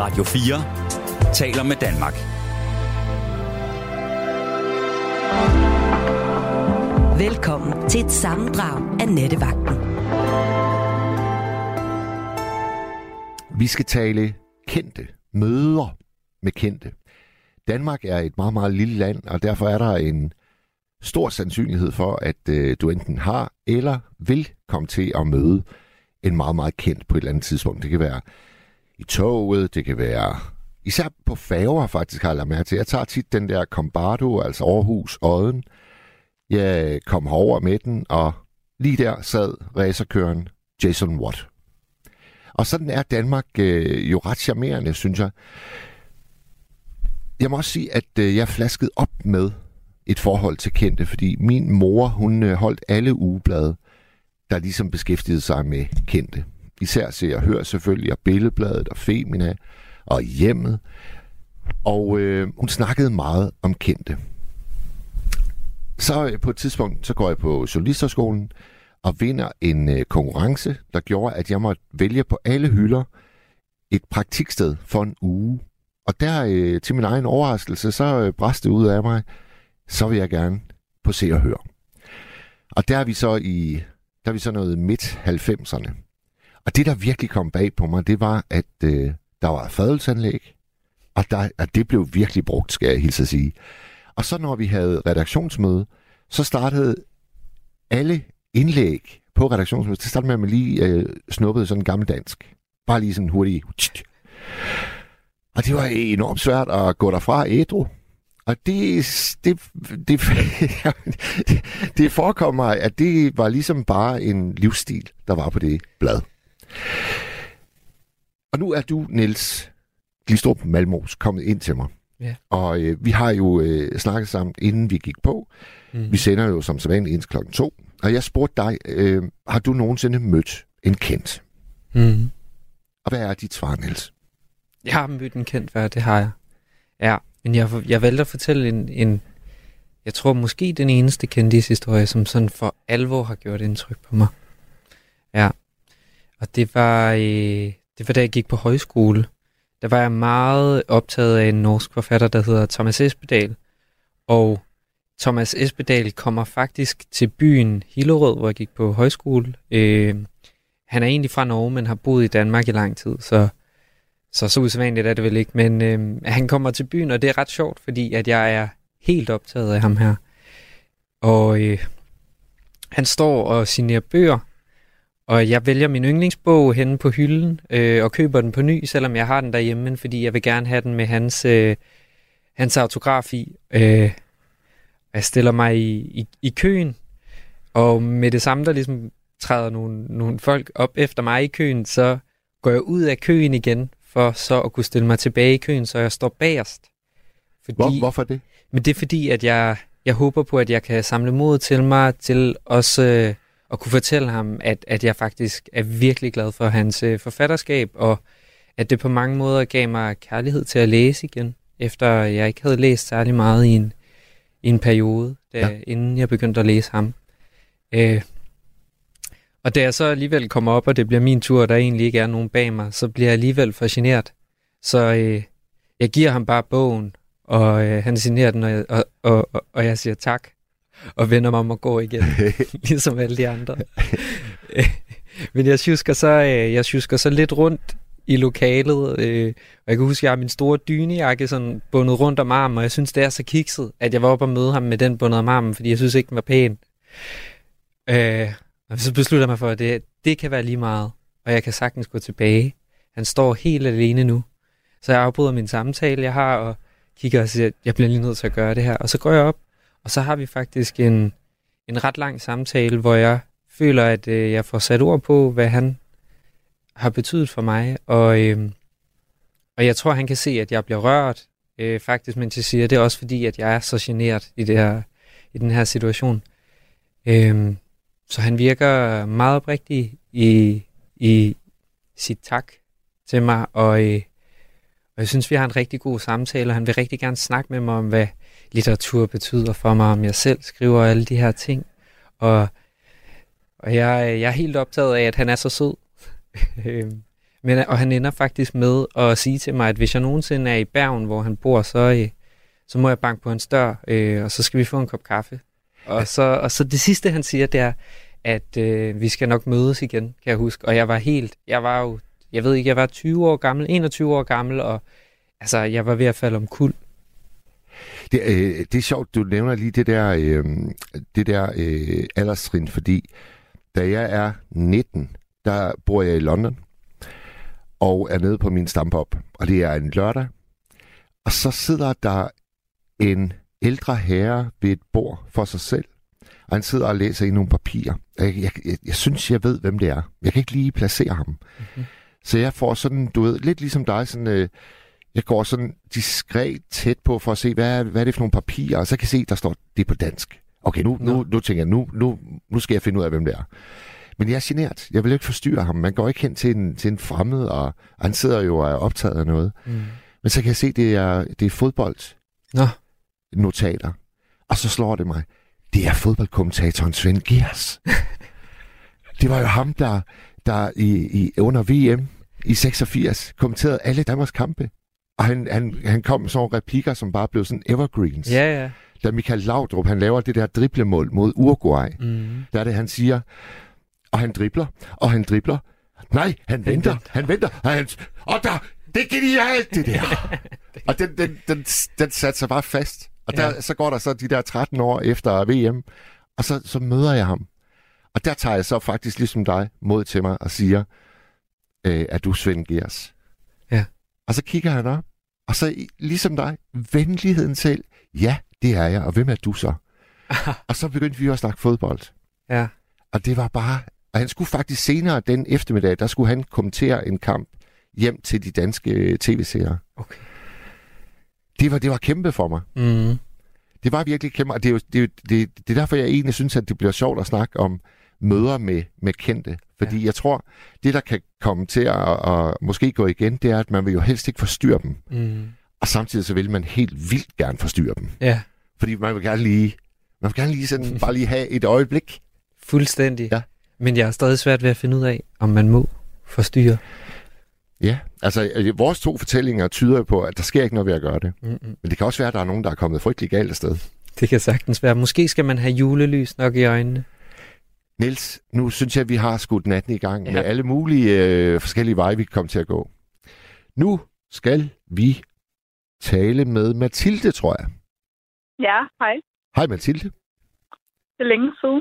Radio 4 taler med Danmark. Velkommen til et sammendrag af Nettevagten. Vi skal tale kendte, møder med kendte. Danmark er et meget, meget lille land, og derfor er der en stor sandsynlighed for, at du enten har eller vil komme til at møde en meget, meget kendt på et eller andet tidspunkt. Det kan være i toget, det kan være især på færger faktisk, har jeg lagt mærke til. Jeg tager tit den der Combardo, altså Aarhus Odden. Jeg kom herover med den, og lige der sad racerkøren Jason Watt. Og sådan er Danmark jo ret charmerende, synes jeg. Jeg må også sige, at jeg er flasket op med et forhold til kendte, fordi min mor, hun holdt alle ugeblade, der ligesom beskæftigede sig med kendte. Især Se og Hør selvfølgelig, og Billedbladet, og Femina, og Hjemmet. Og hun snakkede meget om kendte. Så på et tidspunkt, så går jeg på journalisterskolen, og vinder en konkurrence, der gjorde, at jeg måtte vælge på alle hylder et praktiksted for en uge. Og der til min egen overraskelse, så brast det ud af mig, så vil jeg gerne på Se og Hør. Og der er vi så noget midt 90'erne. Og det, der virkelig kom bag på mig, det var, at der var fadelsanlæg, og det blev virkelig brugt, skal jeg hilse at sige. Og så når vi havde redaktionsmøde, så startede alle indlæg på redaktionsmødet. Det startede med, at man lige snuppede sådan gammeldansk. Bare lige sådan hurtigt. Og det var enormt svært at gå derfra ædru. Og det forekom mig, at det var ligesom bare en livsstil, der var på det blad. Og nu er du, Niels Glistrup Malmos, kommet ind til mig. Ja. Og vi har jo snakket sammen, inden vi gik på. Vi sender jo som sædvanligt indtil 2:00. Og jeg spurgte dig, har du nogensinde mødt en kendt? Og hvad er dit svar, Niels? Jeg har mødt en kendt vært, det har jeg. Ja, men jeg valgte at fortælle en jeg tror måske den eneste kendishistorie, som sådan for alvor har gjort indtryk på mig. Ja, og det var da jeg gik på højskole. Der var jeg meget optaget af en norsk forfatter, der hedder Thomas Espedal. Og Thomas Espedal kommer faktisk til byen Hillerød, hvor jeg gik på højskole. Han er egentlig fra Norge, men har boet i Danmark i lang tid, så usædvanligt er det vel ikke. Men han kommer til byen, og det er ret sjovt, fordi at jeg er helt optaget af ham her. Og han står og signerer bøger, og jeg vælger min yndlingsbog henne på hylden og køber den på ny, selvom jeg har den derhjemme, fordi jeg vil gerne have den med hans autograf i. Jeg stiller mig i køen, og med det samme, der ligesom træder nogle folk op efter mig i køen, så går jeg ud af køen igen, for så at kunne stille mig tilbage i køen, så jeg står bagerst. Hvorfor det? Men det er fordi, at jeg håber på, at jeg kan samle mod til mig, til også at kunne fortælle ham, at jeg faktisk er virkelig glad for hans forfatterskab, og at det på mange måder gav mig kærlighed til at læse igen, efter jeg ikke havde læst særlig meget i en periode, inden jeg begyndte at læse ham. Og da jeg så alligevel kommer op, og det bliver min tur, og der egentlig ikke er nogen bag mig, så bliver jeg alligevel fascineret. Så jeg giver ham bare bogen, og han signerer den, og jeg siger tak, og vender mig om og går igen, ligesom alle de andre. Men jeg sjusker så lidt rundt i lokalet, og jeg kan huske, at jeg har min store dynejakke sådan bundet rundt om armen, og jeg synes, det er så kikset, at jeg var oppe og møde ham med den bundet om armen, fordi jeg synes ikke, den var pæn. Og så beslutter jeg mig for, at det kan være lige meget, og jeg kan sagtens gå tilbage. Han står helt alene nu. Så jeg afbryder min samtale, jeg har, og kigger og siger, at jeg bliver lige nødt til at gøre det her. Og så går jeg op, og så har vi faktisk en ret lang samtale, hvor jeg føler, at jeg får sat ord på, hvad han har betydet for mig. Og jeg tror, han kan se, at jeg bliver rørt, faktisk, mens jeg siger, det er også fordi, at jeg er så genert i den her situation. Så han virker meget oprigtig i sit tak til mig, og jeg synes, vi har en rigtig god samtale, og han vil rigtig gerne snakke med mig om, hvad litteratur betyder for mig, om jeg selv skriver alle de her ting. Og jeg er helt optaget af, at han er så sød. Og han ender faktisk med at sige til mig, at hvis jeg nogensinde er i Bergen, hvor han bor, så må jeg banke på hans dør, og så skal vi få en kop kaffe. Og så det sidste, han siger, det er, at vi skal nok mødes igen, kan jeg huske. Og jeg var 20 år gammel, 21 år gammel, og altså, jeg var ved at falde omkuld. Det er sjovt, du nævner lige det der alderstrin, fordi da jeg er 19, der bor jeg i London, og er nede på min stampop, og det er en lørdag. Og så sidder der en ældre herre ved et bord for sig selv, og han sidder og læser i nogle papirer. Jeg synes, jeg ved, hvem det er. Jeg kan ikke lige placere ham. Mm-hmm. Så jeg får sådan, du ved, lidt ligesom dig, sådan, jeg går sådan diskret tæt på for at se, hvad er det for nogle papirer, og så kan jeg se, der står det på dansk. Okay, nu tænker jeg, nu skal jeg finde ud af, hvem det er. Men jeg er genert. Jeg vil ikke forstyrre ham. Man går ikke hen til en fremmed, og han sidder jo og er optaget af noget. Mm. Men så kan jeg se, det er fodbold. Notater. Og så slår det mig. Det er fodboldkommentatoren Svend Gehrs. Det var jo ham, der under VM i 86 kommenterede alle Danmarks kampe. Og han kom med sådan replikker, som bare blev sådan evergreens. Ja, ja. Da Michael Laudrup, han laver det der driblemål mod Uruguay, der er det, han siger, og han dribler. Nej, han venter. Og det er genialt, det der. Og den satte sig bare fast. Og så går der så de der 13 år efter VM, og så møder jeg ham. Og der tager jeg så faktisk ligesom dig mod til mig og siger, er du Svend Gehrs? Ja. Og så kigger han op, og så ligesom dig, venligheden selv, ja, det er jeg, og hvem er du så? Og så begyndte vi at snakke fodbold. Ja. Og det var bare, og han skulle faktisk senere den eftermiddag, der skulle han kommentere en kamp hjem til de danske tv-serier. Okay. Det var kæmpe for mig. Mm. Det var virkelig kæmpe, og det er derfor, jeg egentlig synes, at det bliver sjovt at snakke om møder med kendte. Fordi jeg tror, det der kan komme til at måske gå igen, det er, at man vil jo helst ikke forstyrre dem. Mm. Og samtidig så vil man helt vildt gerne forstyrre dem. Ja. Fordi man vil gerne lige sådan bare lige have et øjeblik. Fuldstændig. Ja. Men jeg er stadig svært ved at finde ud af, om man må forstyrre. Ja, altså vores 2 fortællinger tyder på, at der sker ikke noget ved at gøre det. Mm-mm. Men det kan også være, at der er nogen, der er kommet frygtelig galt afsted. Det kan sagtens være. Måske skal man have julelys nok i øjnene. Niels, nu synes jeg, at vi har skudt natten i gang med alle mulige forskellige veje, vi kan komme til at gå. Nu skal vi tale med Mathilde, tror jeg. Ja, hej. Hej Mathilde. Det er længe siden.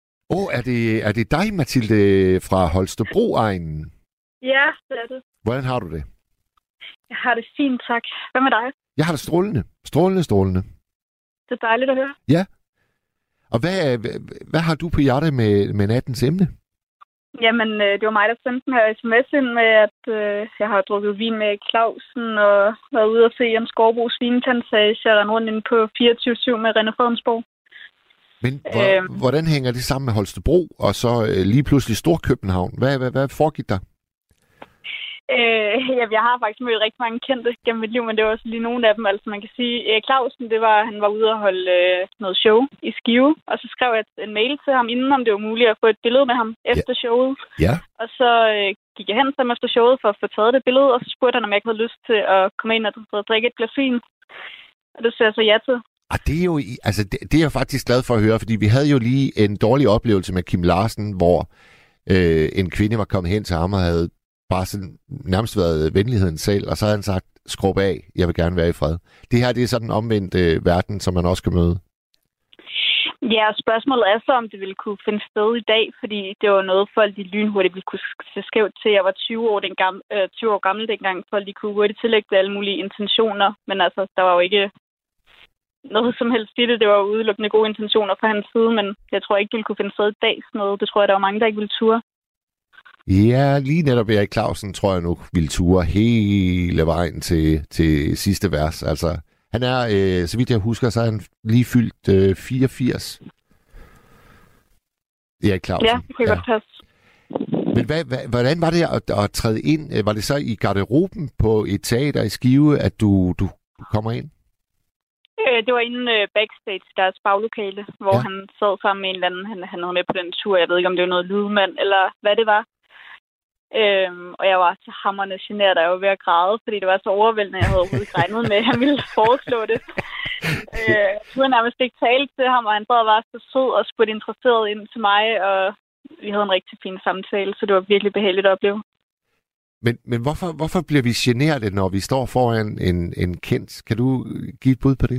Er det dig, Mathilde, fra Holstebro-egnen? Ja, det er det. Hvordan har du det? Jeg har det fint, tak. Hvad med dig? Jeg har det strålende. Strålende. Det er dejligt at høre. Ja. Og hvad har du på hjertet med nattens emne? Jamen, det var mig, der sendte den her sms ind med, at jeg har drukket vin med Clausen og været ude og se Jens Skovbro svineplantage. Jeg rendte rundt inde på 24/7 med René Fredensborg. Men hvordan hænger det sammen med Holstebro og så lige pludselig Storkøbenhavn? Hvad foregik der? Jeg har faktisk mødt rigtig mange kendte gennem mit liv, men det var også lige nogle af dem. Altså man kan sige, Clausen, han var ude og holde noget show i Skive, og så skrev jeg en mail til ham inden, om det var muligt at få et billede med ham efter showet. Ja. Og så gik jeg hen til ham efter showet for at få taget det billede, og så spurgte han, om jeg ikke havde lyst til at komme ind og drikke et glas vin. Og det sagde jeg så ja til. Og det er jo, altså det er jeg faktisk glad for at høre, fordi vi havde jo lige en dårlig oplevelse med Kim Larsen, hvor en kvinde var kommet hen til ham og havde bare sådan nærmest været venligheden selv, og så havde han sagt, skrub af, jeg vil gerne være i fred. Det her, det er sådan en omvendt verden, som man også kan møde. Ja, spørgsmålet er så, om det ville kunne finde sted i dag, fordi det var noget, folk de lynhurtigt ville kunne se skævt til. Jeg var 20 år gammel dengang, folk de kunne hurtigt tillægge alle mulige intentioner, men altså, der var jo ikke noget som helst i det. Det var jo udelukkende gode intentioner fra hans side, men jeg tror ikke, det ville kunne finde sted i dag sådan noget. Det tror jeg, der var mange, der ikke ville ture. Ja, lige netop Erik Clausen, tror jeg nu, ville ture hele vejen til sidste vers. Altså, han er, så vidt jeg husker, så er han lige fyldt 84. Erik Clausen. Ja, det kan godt passe. Men hvordan var det at træde ind? Var det så i garderoben på et teater i Skive, at du kommer ind? Det var inde backstage, deres baglokale, hvor han sad sammen med en eller anden, han havde med på den tur. Jeg ved ikke, om det var noget lydmand, eller hvad det var. Og jeg var så hamrende genert, og jeg var ved at græde, fordi det var så overvældende, jeg havde overhovedet ikke regnet med, at han ville foreslå det. Jeg kunne nærmest ikke tale til ham, og han bare var så sød og spurgte interesseret ind til mig, og vi havde en rigtig fin samtale, så det var virkelig behageligt at opleve. Men hvorfor bliver vi generte, når vi står foran en kendt? Kan du give et bud på det?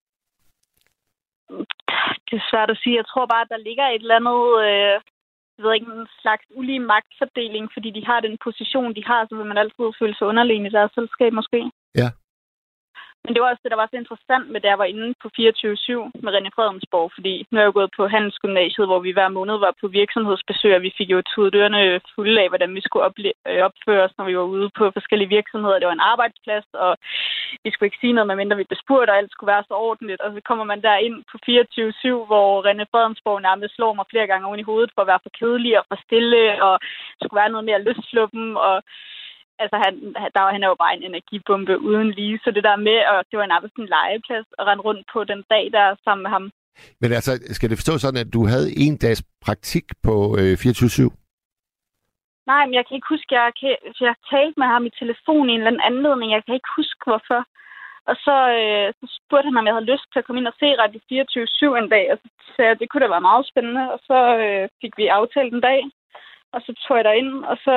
Det er svært at sige. Jeg tror bare, at der ligger et eller andet, jeg ved ikke, en slags ulige magtfordeling, fordi de har den position, de har, så vil man altid føle sig underlegen i deres selskab måske. Ja. Men det var også det, der var så interessant med, da jeg var inde på 24/7 med René Fredensborg, fordi nu er jeg jo gået på Handelsgymnasiet, hvor vi hver måned var på virksomhedsbesøg, og vi fik jo tudet ørerne fulde af, hvordan vi skulle opføre os, når vi var ude på forskellige virksomheder. Det var en arbejdsplads, og vi skulle ikke sige noget, medmindre vi blev spurgt, og alt skulle være så ordentligt. Og så kommer man der ind på 24/7, hvor René Fredensborg nærmest slår mig flere gange oven i hovedet for at være for kedelig og for stille, og skulle være noget mere lystfluppen, og altså, han er jo bare en energibombe uden lige. Så det der med, og det var nærmest en legeplads at rende rundt på den dag der sammen med ham. Men altså, skal det forstå sådan, at du havde en dags praktik på 24/7? Nej, men jeg kan ikke huske, jeg talte med ham i telefon i en eller anden anledning. Jeg kan ikke huske, hvorfor. Og så spurgte han, om jeg havde lyst til at komme ind og se Radio 24/7 en dag. Og så sagde jeg, at det kunne da være meget spændende. Og så fik vi aftalt en dag. Og så tog jeg derind, og så,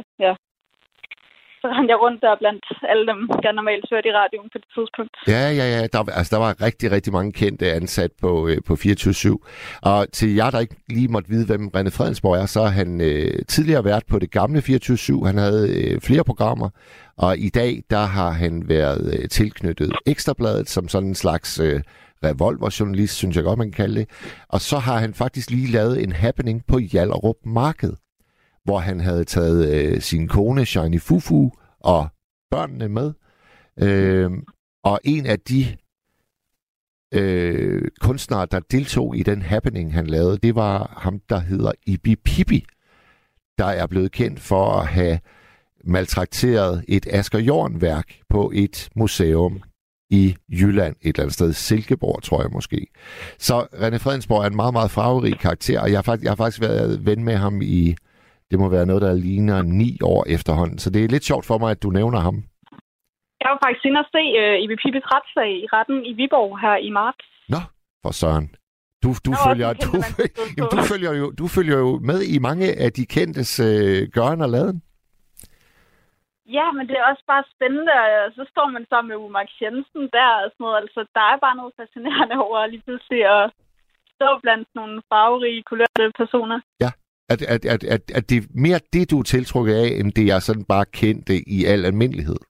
så rendte jeg rundt der blandt alle dem, jeg normalt hørte i radioen på det tidspunkt. Ja. Der var rigtig, rigtig mange kendte ansat på 24/7. Og til jer, der ikke lige måtte vide, hvem René Fredensborg er, så har han tidligere været på det gamle 24/7. Han havde flere programmer, og i dag, der har han været tilknyttet Ekstrabladet som sådan en slags revolverjournalist, synes jeg godt, man kan kalde det. Og så har han faktisk lige lavet en happening på Hjallerup Marked, hvor han havde taget sin kone, Shiny Fufu, og børnene med. Og en af de kunstnere, der deltog i den happening, han lavede, det var ham, der hedder Ibi Pippi, der er blevet kendt for at have maltrakteret et Asger Jorn-værk på et museum i Jylland, et eller andet sted, Silkeborg, tror jeg måske. Så René Fredensborg er en meget, meget farverig karakter, og jeg har faktisk været ven med ham i, det må være noget, der ligner 9 år efterhånden. Så det er lidt sjovt for mig, at du nævner ham. Jeg var faktisk inde at se Ibi Pippis retssag i retten i Viborg her i marts. Nå, for søren. Du følger jo med i mange af de kendtes gøren og laden. Ja, men det er også bare spændende, og så står man sammen med Max Jensen der og sådan noget. Altså, der er bare noget fascinerende over lige pludselig at stå blandt nogle farverige, kulørte personer. Ja, at det er mere det, du er tiltrukket af, end det er sådan bare kendte i al almindelighed?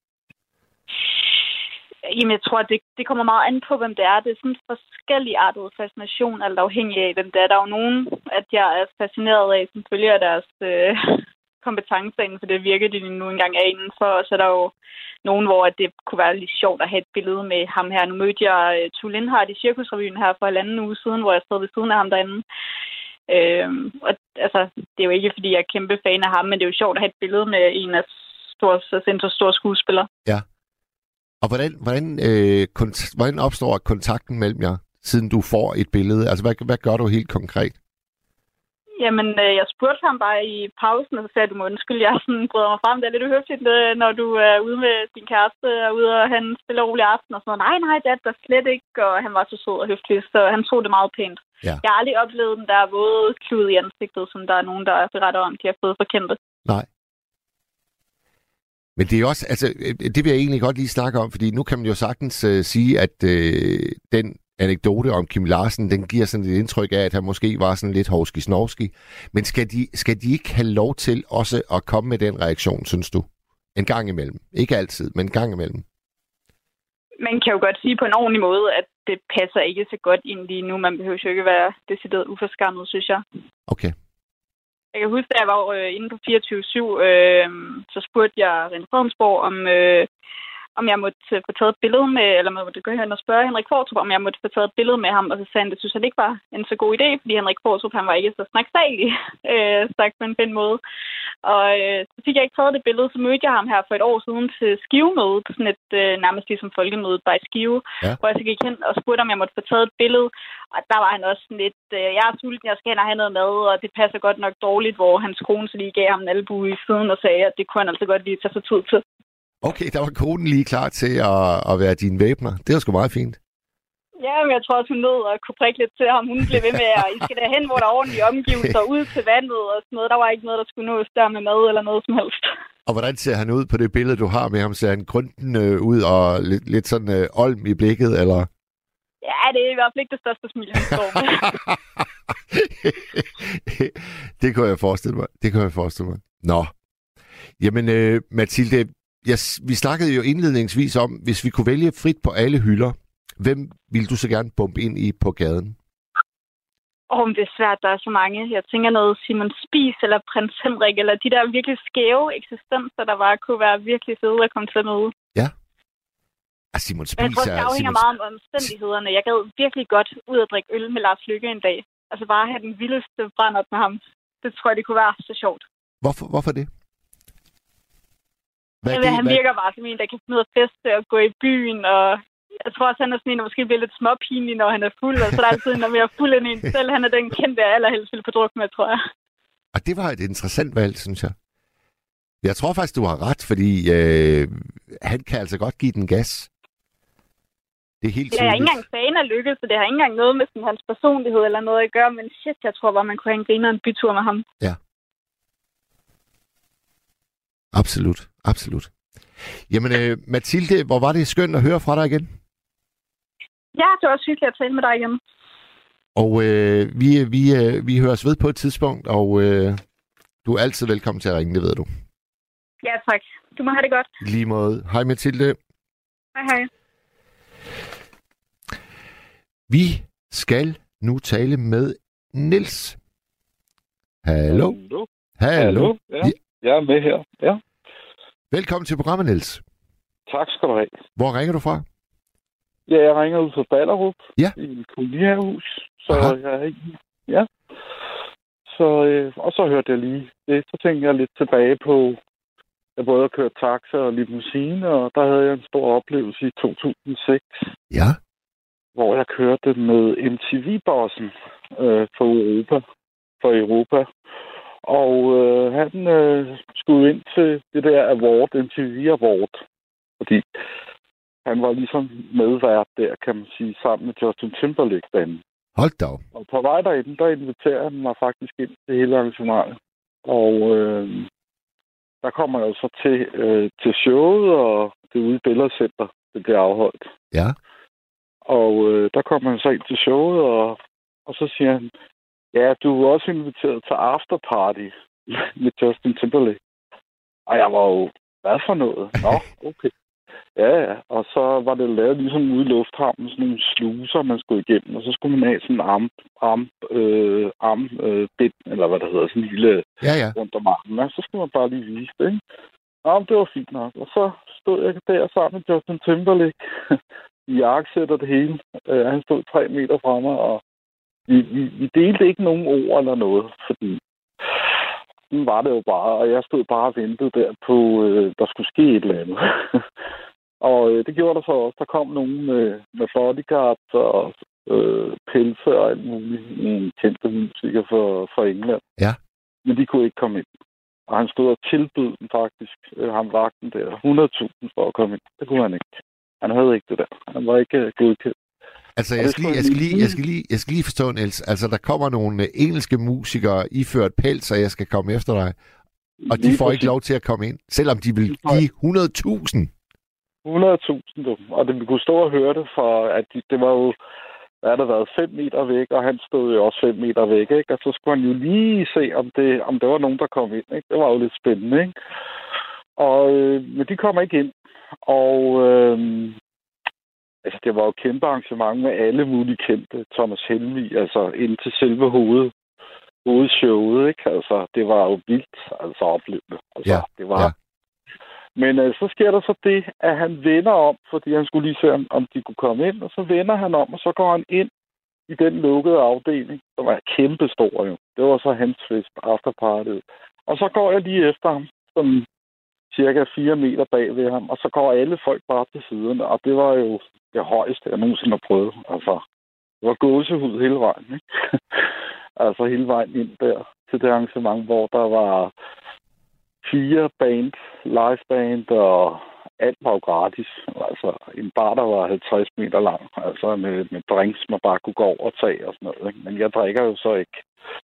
Jamen, jeg tror, at det kommer meget an på, hvem det er. Det er sådan en forskelligartet fascination, alt afhængig af hvem det er. Der er jo nogen, at jeg er fascineret af, som følger deres kompetencer inden for det virke, de nu engang er indenfor. Og så er der jo nogen, hvor det kunne være lidt sjovt at have et billede med ham her. Nu mødte jeg Tue Lindhardt i Cirkusrevyen her for 1,5 uge siden, hvor jeg stod ved siden af ham derinde. Og altså, det er jo ikke, fordi jeg er kæmpe fan af ham, men det er jo sjovt at have et billede med en af store skuespillere. Ja. Og hvordan opstår kontakten mellem jer, siden du får et billede? Altså, hvad gør du helt konkret? Jamen, jeg spurgte ham bare i pausen, og så sagde jeg, du må undskylde, jeg sådan bryder mig frem. Det er lidt uhøfligt, når du er ude med din kæreste, og ude og han spiller rolig aften og sådan noget. Nej, det er der slet ikke, og han var så sød og høflig, så han tog det meget pænt. Ja. Jeg har aldrig oplevet den der våde klud i ansigtet, som der er nogen, der beretter om, de har fået forkæmpet. Nej. Men det er også, altså, det vil jeg egentlig godt lige snakke om, fordi nu kan man jo sagtens sige, at den anekdote om Kim Larsen, den giver sådan et indtryk af, at han måske var sådan lidt hovski-snovski. Men skal de ikke have lov til også at komme med den reaktion, synes du? En gang imellem. Ikke altid, men en gang imellem. Man kan jo godt sige på en ordentlig måde, at det passer ikke så godt ind lige nu. Man behøver jo ikke være decideret uforskammet, synes jeg. Okay. Jeg kan huske, da jeg var inde på 24/7, så spurgte jeg René Fredensborg, om jeg måtte få taget et billede med, eller man måtte gå hen og spørge Henrik Qvortrup, om jeg måtte få taget et billede med ham, og så sagde han, det synes han ikke var en så god idé, fordi Henrik Qvortrup, han var ikke så snaksalig, sagt på en pæn måde. Og så fik jeg ikke taget det billede, så mødte jeg ham her for et år siden til Skivemødet, sådan et nærmest ligesom folkemødet bare i Skive, hvor jeg så gik hen og spurgte, om jeg måtte få taget et billede, og der var han også sådan lidt, jeg er sulten, jeg skal hen og have noget mad, og det passer godt nok dårligt, hvor hans kone så lige gav ham en albue i siden og sagde, at det kunne han altså godt lige tage sig tid til. Okay, der var konen lige klar til at være din væbner. Det var sgu meget fint. Ja, men jeg tror også, hun nød at kunne prikke lidt til ham. Hun blev ved med, at I skal derhen, hvor der er ordentlige omgivelser, ud til vandet og sådan noget. Der var ikke noget, der skulle nås der med mad eller noget som helst. Og hvordan ser han ud på det billede, du har med ham? Ser han grønten ud og lidt sådan olm i blikket, eller? Ja, det er i hvert fald ikke det største smil, han står med. Det kunne jeg forestille mig. Nå. Jamen, Mathilde, vi snakkede jo indledningsvis om, hvis vi kunne vælge frit på alle hylder, hvem ville du så gerne bombe ind i på gaden? Det er svært, der er så mange. Jeg tænker noget Simon Spies eller Prins Henrik, eller de der virkelig skæve eksistenser, der bare kunne være virkelig fede at komme til med ud. Ja. Simon Spies. Jeg tror, det afhænger meget om omstændighederne. Jeg gad virkelig godt ud at drikke øl med Lars Løkke en dag. Altså bare have den vildeste brændert med ham. Det tror jeg, det kunne være så sjovt. Hvorfor det? Han virker bare som en, der kan finde ud af feste og gå i byen, og jeg tror også, han er sådan en, der måske bliver lidt småpinlig, når han er fuld, og så er der altid en, der er mere fuld end en selv. Han er den kendte, jeg allerhelst vil på druk med, tror jeg. Og det var et interessant valg, synes jeg. Jeg tror faktisk, du har ret, fordi han kan altså godt give den gas. Det er helt tydeligt. Jeg er ikke engang fan af Lykke, så det har ikke engang noget med sådan, hans personlighed eller noget at gøre, men shit, jeg tror bare, man kunne have en griner en bytur med ham. Ja. Absolut, absolut. Jamen, Mathilde, hvor var det skønt at høre fra dig igen? Ja, det var også hyggeligt at tale med dig igen. Og vi høres ved på et tidspunkt, og du er altid velkommen til at ringe, det ved du. Ja, tak. Du må have det godt. I lige måde. Hej, Mathilde. Hej, hej. Vi skal nu tale med Niels. Hallo? Hallo? Ja. Jeg er med her, ja. Velkommen til programmet, Niels. Tak skal du have. Hvor ringer du fra? Ja, jeg ringer ud fra Ballerup. Ja. I et kolonihavehus. Så ja. Så, og så hørte jeg lige det. Så tænkte jeg lidt tilbage på, jeg både har kørt taxa og limousine, og der havde jeg en stor oplevelse i 2006. Ja. Hvor jeg kørte med MTV-bossen for Europa. Og han skulle ind til det der award, MTV Award, fordi han var ligesom medvært der, kan man sige, sammen med Justin Timberlake-banden. Hold da. Og på vej derinde, der inviterer han mig faktisk ind til hele arrangementet. Og der kommer jeg så til showet, og det ude i Billedcenter, det bliver afholdt. Ja. Og der kommer han så ind til showet, og så siger han, ja, du er også inviteret til afterparty med Justin Timberlake. Og jeg var jo, hvad for noget? Nå, okay. Ja. Og så var det lavet ligesom ude i lufthavnen, sådan nogle sluser, man skulle igennem. Og så skulle man have sådan en armbind, eller hvad der hedder, sådan en lille rundt om armen. Og så skulle man bare lige vise det, ikke? Og det var fint nok. Og så stod jeg der sammen med Justin Timberlake i jakkesæt og det hele. Han stod 3 meter fra mig, og vi delte ikke nogen ord eller noget, fordi sådan var det jo bare, og jeg stod bare og ventede der på, der skulle ske et eller andet. Og det gjorde der så også. Der kom nogen med bodyguards og pelse og alt muligt. En kendte musiker for England. Ja. Men de kunne ikke komme ind. Og han stod og tilbød dem faktisk, ham vagten der, 100.000 for at komme ind. Det kunne han ikke. Han havde ikke det der. Han var ikke godkendt. Altså, jeg skal lige forstå, Niels. Altså, der kommer nogle engelske musikere iført pels, og jeg skal komme efter dig. Og de får ikke lov til at komme ind, selvom de vil give 100.000. 100.000, du. Og vi kunne stå og høre det, for at det var jo, der havde været 5 meter væk, og han stod jo også 5 meter væk, ikke? Og så skulle han jo lige se, om der var nogen, der kom ind, ikke? Det var jo lidt spændende, ikke? Og, men de kom ikke ind. Og altså, det var jo et kæmpe arrangement med alle mulige kendte. Thomas Helmig, altså ind til selve hovedshowet, ikke? Altså, det var jo vildt, altså oplevende. Altså, det var Men så sker der så det, at han vender om, fordi han skulle lige se, om de kunne komme ind, og så vender han om, og så går han ind i den lukkede afdeling, som var kæmpestor jo. Det var så hans fest, afterparty. Og så går jeg lige efter ham, som cirka 4 meter bag ved ham, og så går alle folk bare til siden, og det var jo det højeste, jeg nogensinde har prøvet. Altså, det var gåsehud hele vejen, ikke? Altså hele vejen ind der til det arrangement, hvor der var 4 band, liveband, og alt var jo gratis. Altså en bar, der var 50 meter lang, altså med drinks, man bare kunne gå over og tage og sådan noget, ikke? Men jeg drikker jo så ikke.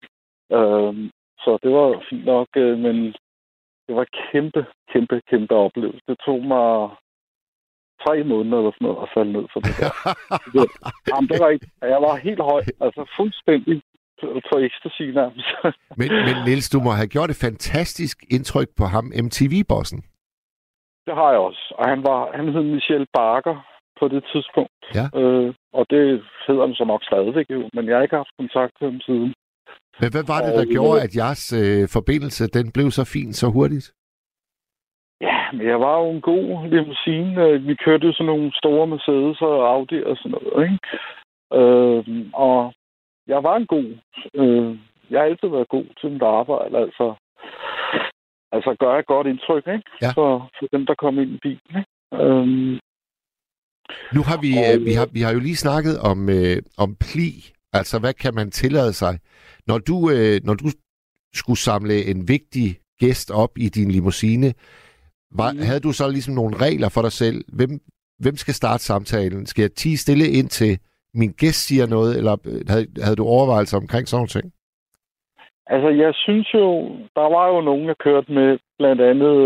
Så det var fint nok, men det var kæmpe oplevelse. Det tog mig 3 måneder eller sådan noget at falde ned for det der. Jamen, det var ikke. Jeg var helt høj, altså fuldstændig for ecstasy nærmest. men Niels, du må have gjort et fantastisk indtryk på ham, MTV-bossen. Det har jeg også. Og han hed Michel Barker på det tidspunkt. Ja. Og det hedder han så nok stadigvæk jo, men jeg har ikke haft kontakt til ham siden. Men hvad var det, der gjorde, at jeres forbindelse, den blev så fin så hurtigt? Ja, men jeg var jo en god limousine. Vi kørte jo sådan nogle store Mercedes og Audi og sådan noget, ikke? Og jeg var en god. Jeg har altid været god til mit arbejde, altså gør et godt indtryk, ikke? Ja. For dem, der kom ind i bilen, ikke? Nu har vi har jo lige snakket om pli. Altså, hvad kan man tillade sig? Når du skulle samle en vigtig gæst op i din limousine, havde du så ligesom nogle regler for dig selv? Hvem skal starte samtalen? Skal jeg tie stille ind til min gæst siger noget, eller havde du overvejelser omkring sådan nogle ting? Altså, jeg synes jo, der var jo nogen, jeg kørte med, blandt andet,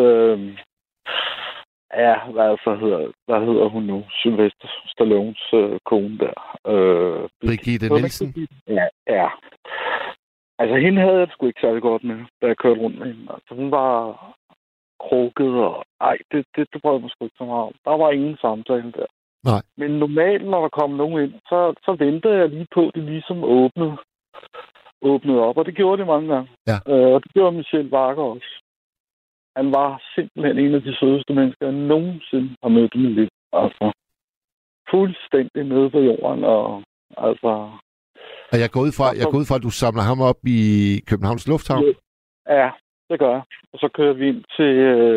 hvad hedder hun nu? Sylvester Stallones kone der. Brigitte Nielsen? Ja. Altså, hende havde jeg sgu ikke særlig godt med, da jeg kørte rundt med hende. Altså, hun var krukket, og det prøvede jeg måske ikke så meget om. Der var ingen samtale der. Nej. Men normalt, når der kom nogen ind, så ventede jeg lige på, at det ligesom åbnede op, og det gjorde det mange gange. Ja. Og det gjorde Michel Barker også. Han var simpelthen en af de sødeste mennesker, jeg nogensinde har mødt i mit liv. Altså, fuldstændig nede på jorden, og altså... Og jeg går ud fra, at du samler ham op i Københavns Lufthavn? Ja, det gør jeg. Og så kører vi ind til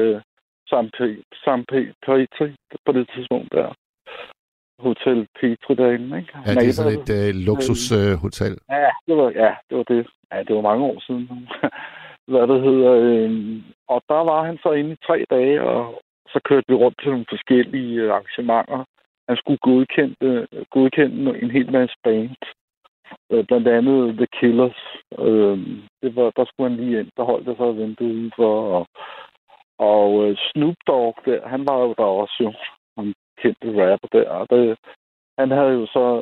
St. Petri på det tidspunkt der. Hotel Petri-dagen, ikke? Ja, det er sådan et luksushotel. Det var det. Ja, det var mange år siden. Hvad det hedder. Og der var han så inde i 3 dage, og så kørte vi rundt til nogle forskellige arrangementer. Han skulle godkende en hel masse band. Blandt andet The Killers. Der skulle han lige ind. Der holdt jeg så og ventede udenfor. Og Snoop Dogg der, han var jo der også jo. Han kendte rapper der. Han havde jo så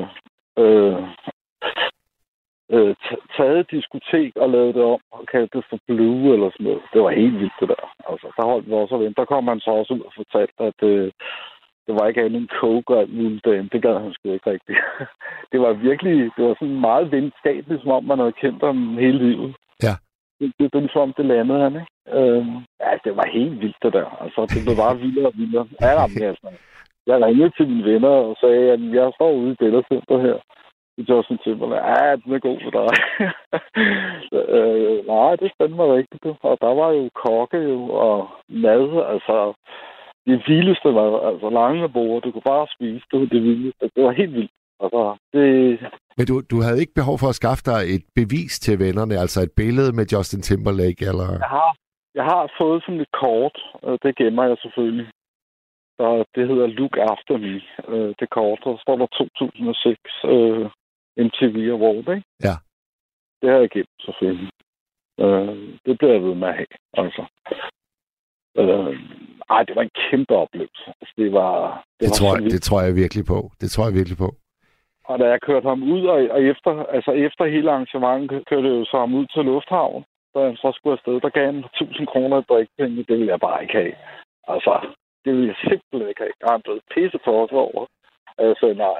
taget et diskotek og lavet det om og kaldte det for Blue eller sådan noget. Det var helt vildt det der. Altså, der holdt vi også og vente. Der kom han så også ud og fortalte, at det var ikke andet end coke og alt muligt derinde. Det gad han sgu ikke rigtigt. Det var sådan meget venskabeligt, som om man havde kendt ham hele livet. Ja. Det er ligesom, det landede han, ikke? Det var helt vildt det der. Altså, det blev bare vildere og vildere. Jeg ringede til mine venner og sagde, at jeg står ude i Bellacenter her. Justin Timberlake. Den er god for dig. Nej, det spændte mig rigtigt. Og der var jo kokke og mad, altså det vildeste mad, altså lange bord. Du kunne bare spise det vildeste. Det var helt vildt. Altså, Men du havde ikke behov for at skaffe dig et bevis til vennerne, altså et billede med Justin Timberlake, eller? Jeg har fået sådan et kort. Det gemmer jeg selvfølgelig. Det hedder Look After Me. Det kort, og så står der 2006 MTV Award, ikke? Ja. Det har jeg gemt, selvfølgelig. Det bliver jeg ved med at have, altså. Det var en kæmpe oplevelse. Altså, det tror jeg virkelig på. Og da jeg kørte ham ud, og efter hele arrangementet, kørte jeg jo så ham ud til Lufthavn. Da han så skulle afsted, der gav han 1.000 kroner i drikkepenge. Det ville jeg bare ikke have. Altså, det ville jeg simpelthen ikke have. Han blev pisse på os over. Jeg sagde nej.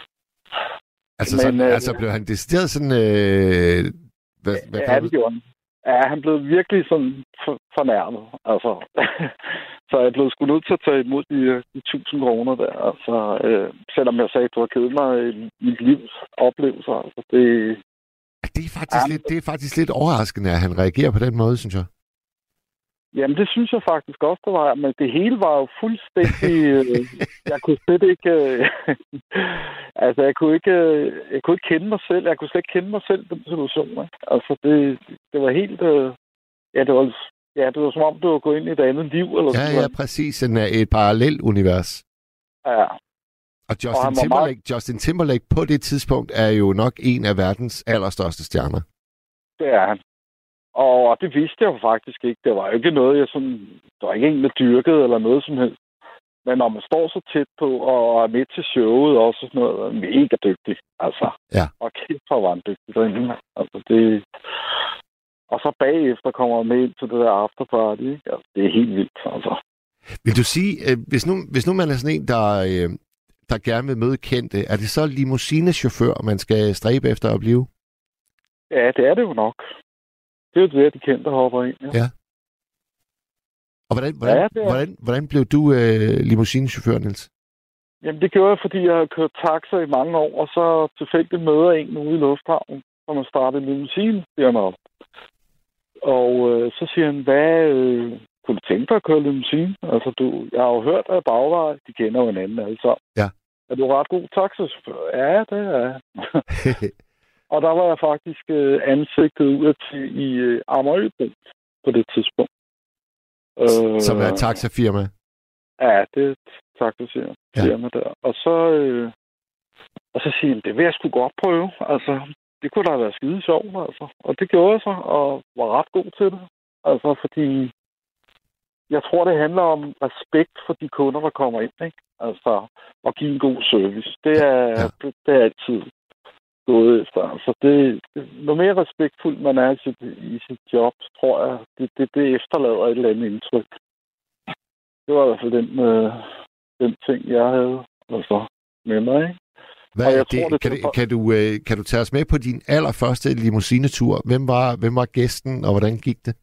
Altså, blev han decideret sådan... det gjorde han. Ja, han blev virkelig sådan fornærmet. Altså, så jeg blev sgu nødt til at tage imod de 1.000 kroner der. Altså, selvom jeg sagde, at du har kedet mig i mit livs oplevelser. Altså, det er faktisk lidt overraskende, at han reagerer på den måde, synes jeg. Jamen, det synes jeg faktisk også, det var. Men det hele var jo fuldstændig... jeg kunne slet ikke... altså, jeg kunne ikke kende mig selv. Jeg kunne slet ikke kende mig selv i den situation. Ikke? Altså, det var helt... det var som om, du var gået ind i et andet liv. Eller sådan Ja, præcis. Et parallelt univers. Ja. Og Justin Timberlake på det tidspunkt er jo nok en af verdens allerstørste stjerner. Det er han. Og det vidste jeg jo faktisk ikke. Det var jo ikke noget, der var ikke en, der dyrkede eller noget som helst. Men når man står så tæt på og er med til showet og sådan noget, er mega dygtig. Altså. Ja. Og kæft, hvor var han dygtig derinde. Altså, det... Og så bagefter kommer man med ind til det der afterparty. Ikke? Altså, det er helt vildt. Altså. Vil du sige, hvis nu man er sådan en, der gerne vil møde kendte, er det så limousinechauffør, man skal stræbe efter at blive? Ja, det er det jo nok. Det er jo det, de kendte hopper ind. Ja. Og hvordan blev du limousinechauffør, Niels? Jamen, det gjorde jeg, fordi jeg har kørt taxa i mange år, og så tilfældigt møder jeg en ude i lufthavnen, som har startet limousinefirma op. Og så siger han, kunne du tænke dig at køre limousine? Altså, jeg har jo hørt af Bagvej, de kender jo hinanden alle sammen. Ja. Er du ret god taxachauffør? Ja, det er jeg. Og der var jeg faktisk ansigtet ud til i Amagerøbro på det tidspunkt. Som er et taxafirma? Ja, det er et taxafirma der. Og så siger han, det vil jeg sgu godt prøve. Altså, det kunne da være skide sjovt, altså. Og det gjorde jeg så, og var ret god til det. Altså, fordi jeg tror, det handler om respekt for de kunder, der kommer ind, ikke? Altså, at give en god service. Det er altid gået efter. Altså, noget mere respektfuldt man er i sit job, tror jeg, det efterlader et eller andet indtryk. Det var i hvert fald den ting, jeg havde altså, med mig, ikke? Kan du tage os med på din allerførste limousinetur? Hvem var gæsten, og hvordan gik det?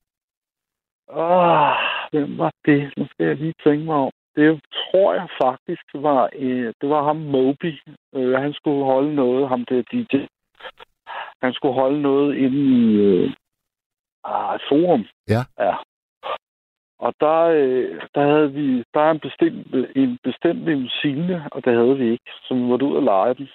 Hvem var det? Nu skal jeg lige tænke mig om. Det tror jeg faktisk det var ham Moby. Han skulle holde noget, ham der DJ. Han skulle holde noget inde i et forum. Ja. Og der havde vi en bestemt limousine, og det havde vi ikke, så vi måtte ud og lege den.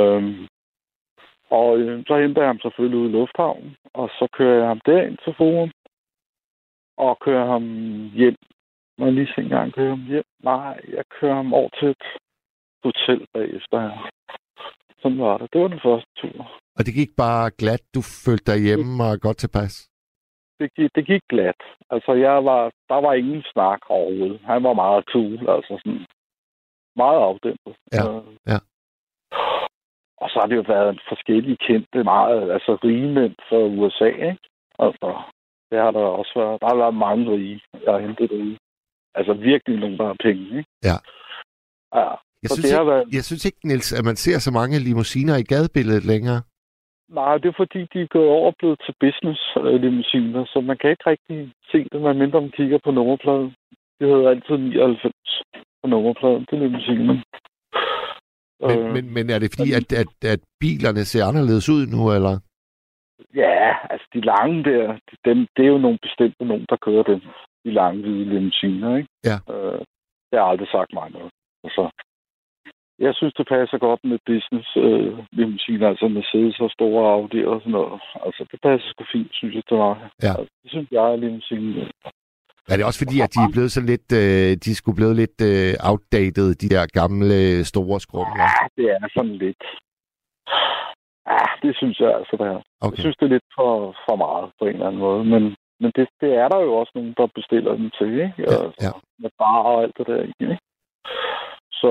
Så henter jeg ham selvfølgelig ud i lufthavnen, og så kører jeg ham derind til forum, og kører ham hjem. Må jeg lige se en gang køre ham hjem? Nej, jeg kører ham over til et hotel bagefter her. Sådan var det. Det var den første tur. Og det gik bare glat? Du følte dig hjemme og godt tilpas? Det gik glat. Altså, der var ingen snak overhovedet. Han var meget cool, altså sådan meget afdæmpet. Ja. Og så har det jo været forskellige kendte, meget, altså rige mænd fra USA, ikke? Altså, det har der også været. Der har været mange rige, jeg har hentet derude. Altså virkelig nogle, der har penge, ikke? Ja. Ja. Jeg synes ikke, Niels, at man ser så mange limousiner i gadebilledet længere. Nej, det er fordi, de er gået over blevet til business-limousiner, så man kan ikke rigtig se det, medmindre man kigger på nummerpladen. Det hedder altid 99 på nummerpladen til limousiner. Men er det fordi, at bilerne ser anderledes ud nu, eller? Ja, altså de lange der, det er jo nogle bestemte nogen, der kører dem. De lange hvide limousiner, ikke? Ja. Det har aldrig sagt mig noget. Altså, jeg synes, det passer godt med business limousiner, altså med sæde så store Audi'er og sådan noget. Altså, det passer sgu fint, synes jeg, til mig. Ja. Altså, det synes jeg er limousiner. Er det også fordi, at de er blevet så lidt, de skulle blevet lidt outdated, de der gamle store skrumler? Ja, det er sådan lidt. Ja, det synes jeg altså, det her. Okay. Jeg synes, det er lidt for meget på en eller anden måde, men det er der jo også nogen, der bestiller dem til, ikke? Ja, ja. Med bar og alt det der, ikke? Så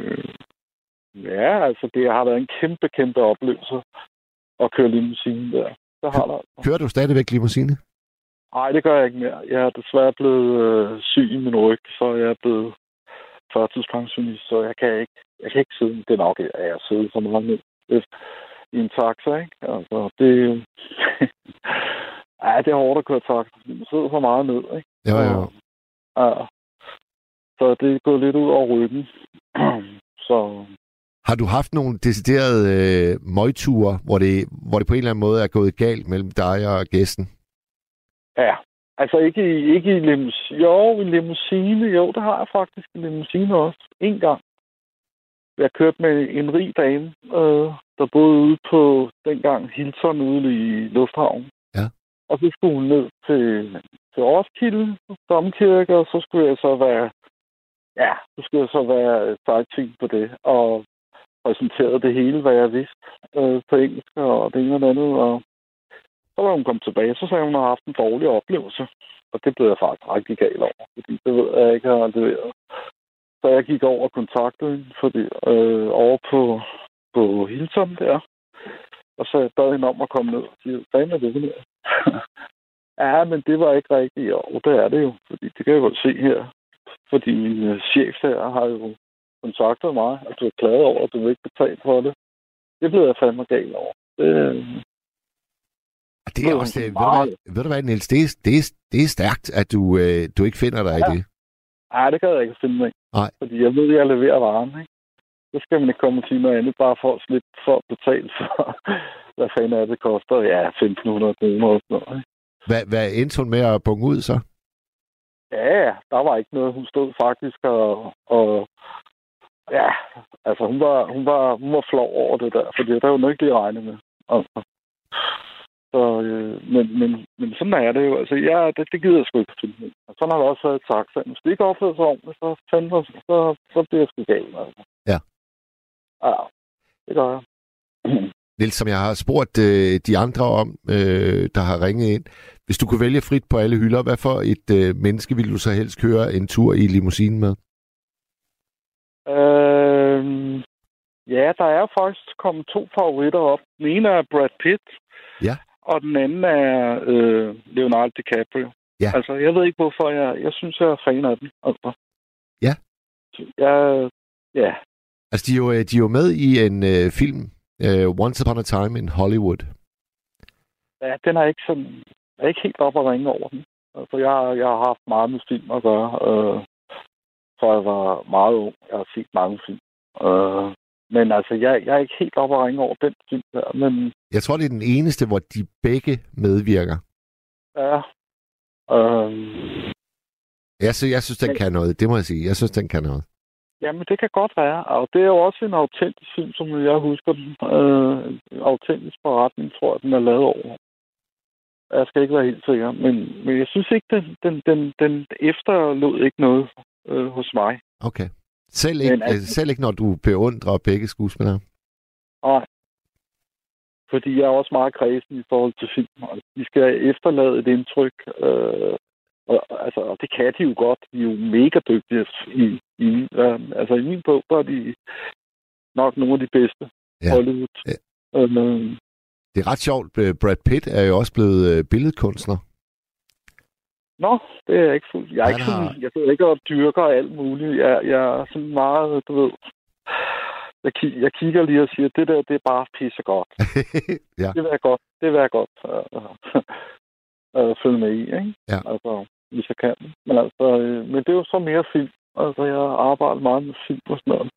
ja, altså det har været en kæmpe oplevelse at køre limousine der. Det har der. Kører du stadigvæk limousine? Nej, det gør jeg ikke mere. Jeg er desværre blevet syg i min ryg, så jeg er blevet førtidspensionist, så jeg kan ikke sidde. Det er nok, at jeg sidder så meget ned i en taxa, ikke? Altså, det Ja, det er hårdt at køre taxa. Man sidder for meget ned, ikke? Jo. Ja. Så det er gået lidt ud over ryggen. Så... Har du haft nogle deciderede møgture, hvor det på en eller anden måde er gået galt mellem dig og gæsten? Ja, altså ikke i limousine. Jo, i limousine. Jo, det har jeg faktisk i limousine også. En gang. Jeg kørte med en rig dame, der boede ude på dengang Hilton ude i Lufthavnen. Ja. Og så skulle hun ned til Roskilde, Domkirke, og så skulle jeg så være sightseeing på det. Og præsenterede det hele, hvad jeg vidste på engelsk og det ene og det andet. Og så var hun kommet tilbage, så sagde hun, at hun havde haft en dårlig oplevelse. Og det blev jeg faktisk rigtig gal over, fordi det ved jeg ikke, har leveret. Så jeg gik over og kontaktede hende over på Hilton der. Og så bad hende om at komme ned og sige, hvad er det her? Ja, men det var ikke rigtigt. Og det er det jo, fordi det kan jeg godt se her. Fordi min chef her har jo kontaktet mig, at du er klaget over, at du ikke betalt for det. Det blev jeg fandme gal over. Det er også... Ved du hvad, Niels? Det er stærkt, at du ikke finder dig i det. Nej, det kan jeg ikke finde mig. Nej. Fordi jeg ved, at jeg leverer varen, ikke? Så skal man ikke komme og sige noget andet, bare for at slippe for at betale for, hvad fanden er det koster. Ja, 1.500 kroner og sådan noget. Ikke? Hvad endte hun med at bunge ud, så? Ja, der var ikke noget. Hun stod faktisk og ja, altså hun var flov over det der, for det der jo nok ikke lige regnet med. Altså. Så, men sådan er det jo. Altså, det gider jeg sgu ikke finde med. Og sådan har det også været i taxa. Hvis det ikke opfører sig ordentligt, så bliver jeg sgu galt. Altså. Ja. Ja, det gør jeg. Niels, som jeg har spurgt de andre om, der har ringet ind. Hvis du kunne vælge frit på alle hylder, hvad for et menneske ville du så helst køre en tur i limousinen med? Ja, der er faktisk kommet 2 favoritter op. Den ene er Brad Pitt. Ja. Og den anden er Leonardo DiCaprio. Ja. Altså, jeg ved ikke, hvorfor jeg synes, jeg er fan af den. Altså. Ja. Ja. Altså, de er jo med i en film, Once Upon a Time in Hollywood. Ja, den er ikke helt op at ringe over den. Altså, jeg har haft meget med film at gøre, så jeg var meget ung. Jeg har set mange film. Men altså, jeg er ikke helt op at ringe over den film der, men... Jeg tror, det er den eneste, hvor de begge medvirker. Ja. Jeg synes, den kan noget. Det må jeg sige. Jeg synes, den kan noget. Jamen, det kan godt være. Og det er jo også en autentisk film, som jeg husker den. Autentisk forretning, tror jeg, den er lavet over. Jeg skal ikke være helt sikker. Men jeg synes ikke, den efterlod ikke noget hos mig. Okay. Selv ikke, når du beundrer begge skuespillere? Nej. Fordi jeg er også meget kredsen i forhold til film. De skal efterlade et indtryk. Og det kan de jo godt. De er jo mega dygtige i min bog, der er de nok nogle af de bedste. Ja. Hollywood. Ja. Det er ret sjovt. Brad Pitt er jo også blevet billedkunstner. Nå, det er jeg ikke fuldt. Jeg ved ikke, at dyrker alt muligt. Jeg er sådan meget, du ved... Jeg kigger lige og siger, det der, det er bare pissegodt. Ja. Det vil jeg godt følge med i, ikke? Ja. Altså, hvis jeg kan. Men det er jo så mere film. Altså, jeg arbejder meget med film og sådan noget.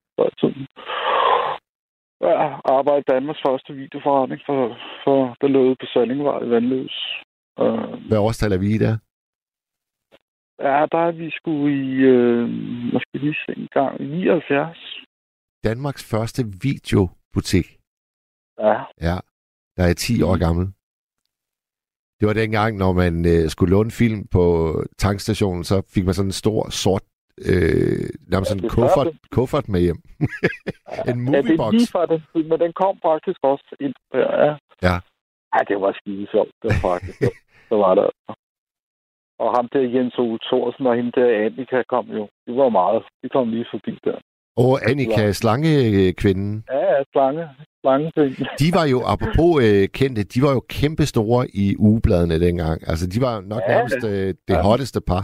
Jeg arbejder i Danmarks første videoforretning for der lå ude på Sallingvej i Vandløs. Hvad årstal er vi i der? Ja, der er vi sgu i, måske lige se en gang, i 79. Danmarks første videobutik. Ja. Ja, der er 10 år gammel. Det var dengang, når man skulle låne film på tankstationen, så fik man sådan en stor, sort, nærmest sådan en kuffert med hjem. En moviebox. Ja, det er lige for det, men den kom faktisk også ind. Ja. Ja, det var skide sjovt. Det var faktisk. Så var der. Og ham der Jens Ove Thorsen og hende der Annika kom jo. Det var meget. De kom lige forbi der. Og Annika, slangekvinden. Ja, slangekvinden. De var jo, apropos kendte, de var jo kæmpestore i ugebladene dengang. Altså, de var nok nærmest det hotteste par.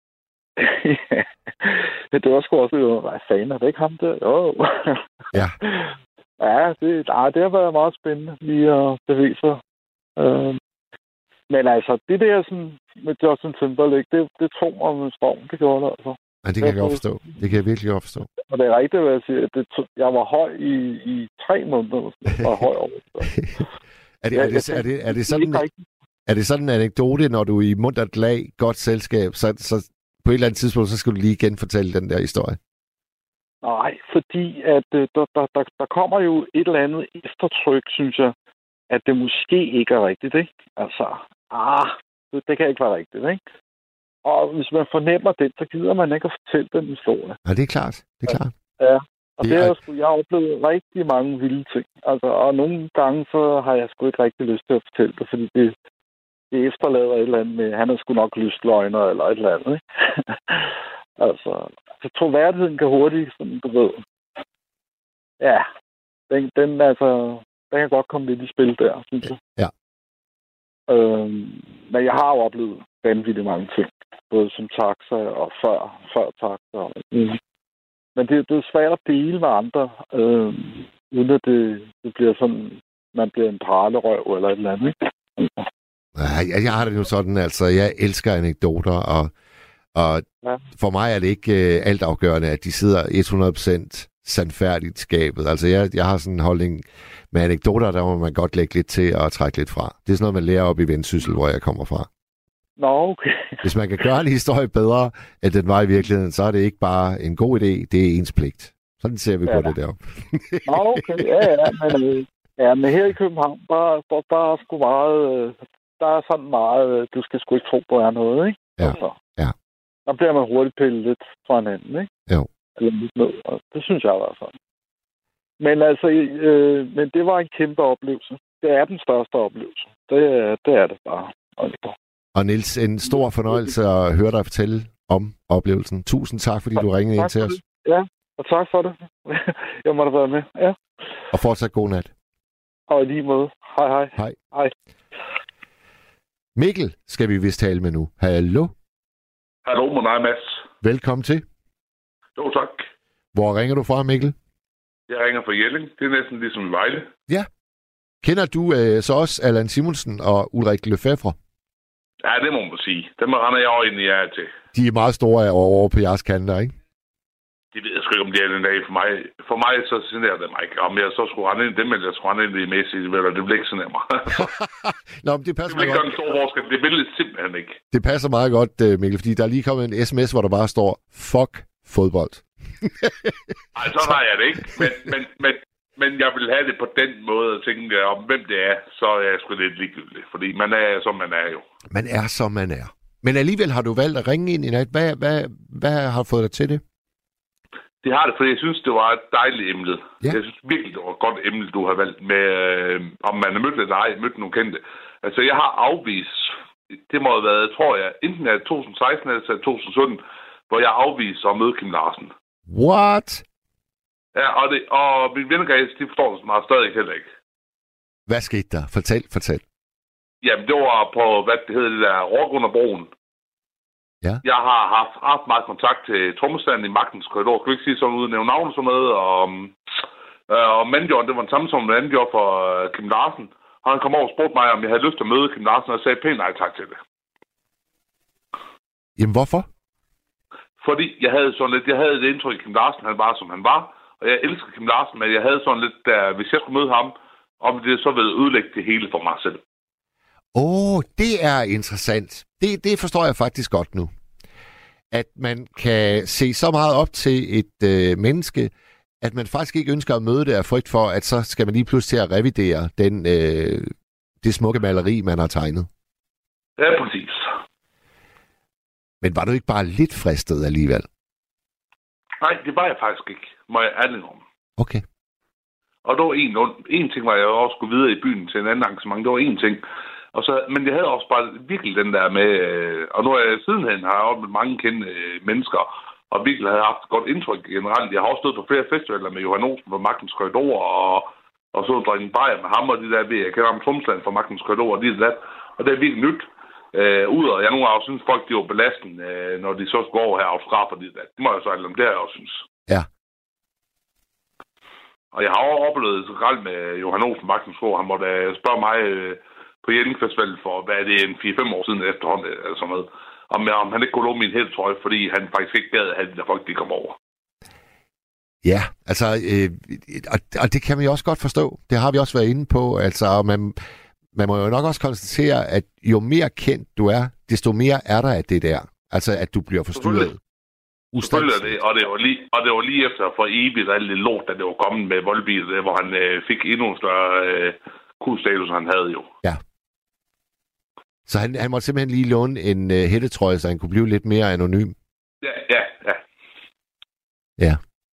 Ja, det var sgu også jo, hvad fanden, er det ikke ham der? Jo. Ja. Ja, det har været meget spændende lige at bevæge sig Men altså, det der sådan, med Justin Timberlake, det tog mig med storm. Det gjorde det, altså. Ja, det kan jeg godt forstå. Det kan jeg virkelig godt forstå. Og det er rigtigt, hvad jeg siger. Jeg var høj i 3 måneder. Jeg var høj over. Er det sådan en anekdote, når du er i muntert lag, godt selskab, så på et eller andet tidspunkt, så skal du lige genfortælle den der historie? Nej, fordi at der kommer jo et eller andet eftertryk, synes jeg, at det måske ikke er rigtigt, ikke? Altså, det kan ikke være rigtigt, ikke? Og hvis man fornemmer det, så gider man ikke at fortælle den historie. Ja, det er klart. Det er klart. Ja, og jeg har oplevet rigtig mange vilde ting. Altså, og nogle gange, så har jeg sgu ikke rigtig lyst til at fortælle det, fordi det efterlader et eller andet med, han er sgu nok lystløgner eller et eller andet, ikke? Altså, så troværdigheden kan hurtigt, som du ved. Ja, den kan godt komme lidt i spil der, synes jeg. Ja. Men jeg har jo oplevet vanvittigt mange ting. Både som taxa og før taxa. Men det er svært at dele med andre, uden at det bliver sådan, man bliver en pralerøv eller et eller andet, ikke? Jeg har det jo sådan, altså, jeg elsker anekdoter, og for mig er det ikke altafgørende, at de sidder 100% sandfærdigt skabet. Altså, jeg har sådan en holdning med anekdoter, der må man godt lægge lidt til og trække lidt fra. Det er sådan noget, man lærer op i Vendsyssel, hvor jeg kommer fra. Nå, okay. Hvis man kan gøre en historie bedre, end den var i virkeligheden, så er det ikke bare en god idé, det er ens pligt. Sådan ser vi på det deroppe. Nå, okay. Men her i København, der er sgu meget... Der er sådan meget, du skal sgu ikke tro på, er noget, ikke? Ja, altså, ja. Der bliver man hurtigt pillet lidt fra hinanden, ikke? Jo. Eller lidt ned, og det synes jeg var sådan. Men altså, men det var en kæmpe oplevelse. Det er den største oplevelse. Det er det bare. Og Niels, en stor fornøjelse at høre dig fortælle om oplevelsen. Tusind tak, fordi du ringede ind til os. Ja, og tak for det. Jeg måtte være med, ja. Og fortsat god nat. Og i lige måde. Hej. Hej. Mikkel skal vi vist tale med nu. Hallo? Hallo, med dig, Mads. Velkommen til. Jo, tak. Hvor ringer du fra, Mikkel? Jeg ringer fra Jelling. Det er næsten ligesom i Vejle. Ja. Kender du så også Allan Simonsen og Ulrik Lefebvre? Ja, det må man sige. Dem render jeg over ind i jer til. De er meget store over på jeres kanter, ikke? Det ved jeg sgu ikke, om det er den dag for mig. For mig, så generer det mig ikke. Om jeg så skulle rende ind dem, eller jeg skulle rende ind i Messi, det bliver ikke sådan af mig. Nå, men det passer det meget godt. En stor forskel. Det vil det simpelthen ikke. Det passer meget godt, Mikkel, fordi der er lige kommet en sms, hvor der bare står, fuck fodbold. Nej, så har jeg det ikke. Men jeg vil have det på den måde at tænke om, hvem det er, så er jeg sgu lidt ligegyldig. Fordi man er, som man er jo. Man er, som man er. Men alligevel har du valgt at ringe ind i nat. Hvad har fået dig til det? Det har det, fordi jeg synes, det var et dejligt emne. Ja. Jeg synes virkelig, det var et godt emne, du har valgt med, om man er mødt eller ej, mødt nogle kendte. Altså, jeg har afvist, det må have været, tror jeg, enten af 2016 eller 2017, hvor jeg afviser at møde Kim Larsen. What? Ja, og mine vennerkreds, de forstår det meget stadig heller ikke. Hvad skete der? Fortæl. Jamen, det var på, hvad det hedder, det der rock under broen. Ja. Jeg har haft meget kontakt til trommestanden i Magtens Korridor. Skal vi ikke sige sådan uden at nævne navn og sådan noget. Og manageren, det var den samme som manager for Kim Larsen. Og han kom over og spurgte mig, om jeg havde lyst til at møde Kim Larsen, og jeg sagde pænt nej tak til det. Jamen, hvorfor? Fordi jeg havde det indtryk, at Kim Larsen han var, som han var. Og jeg elsker Kim Larsen, men jeg havde sådan lidt, hvis jeg skulle møde ham, om det så ville ødelægge det hele for mig selv. Det er interessant. Det forstår jeg faktisk godt nu. At man kan se så meget op til et menneske, at man faktisk ikke ønsker at møde det af frygt for, at så skal man lige pludselig til at revidere det smukke maleri, man har tegnet. Ja, præcis. Men var du ikke bare lidt fristet alligevel? Nej, det var jeg faktisk ikke. Må jeg ærlig om. Okay. Og der var en ting, var jeg også skulle videre i byen til en anden arrangement. Det var en ting. Men jeg havde også bare virkelig den der med, og nu er jeg sidenhen har jeg oplevet mange kendte mennesker, og virkelig havde haft et godt indtryk generelt. Jeg har også stået på flere festivaler med Johan Olsen fra Magtens Korridor, og så drikke en bajer med ham, og de der ved, jeg kender ham Tromsland fra Magtens Korridor, og det der. Og det er virkelig nyt. Udover, jeg nogle gange synes folk, de var belastende, når de så skulle over her autografer, det der. Det må jeg så aldrig om, det har jeg også synes. Ja. Og jeg har også oplevet så galt med Johan Olsen fra Magtens Korridor, han måtte spørge mig på Jelling Festival for, hvad er det, en 4-5 år siden efterhånden, eller sådan noget. Om han ikke kunne låne min hættetrøje, fordi han faktisk ikke gad at have de der folk, de kom over. Ja, altså, og det kan man jo også godt forstå. Det har vi også været inde på. Altså, man må jo nok også konstatere, at jo mere kendt du er, desto mere er der af det der. Altså, at du bliver forstyrret. Selvfølgelig det, og det var lige efter for evigt alt det lort, da det var kommet med Volbeat, hvor han fik endnu en større kulstatus, han havde jo. Ja. Så han måtte simpelthen lige låne en hættetrøje, så han kunne blive lidt mere anonym. Ja. Ja.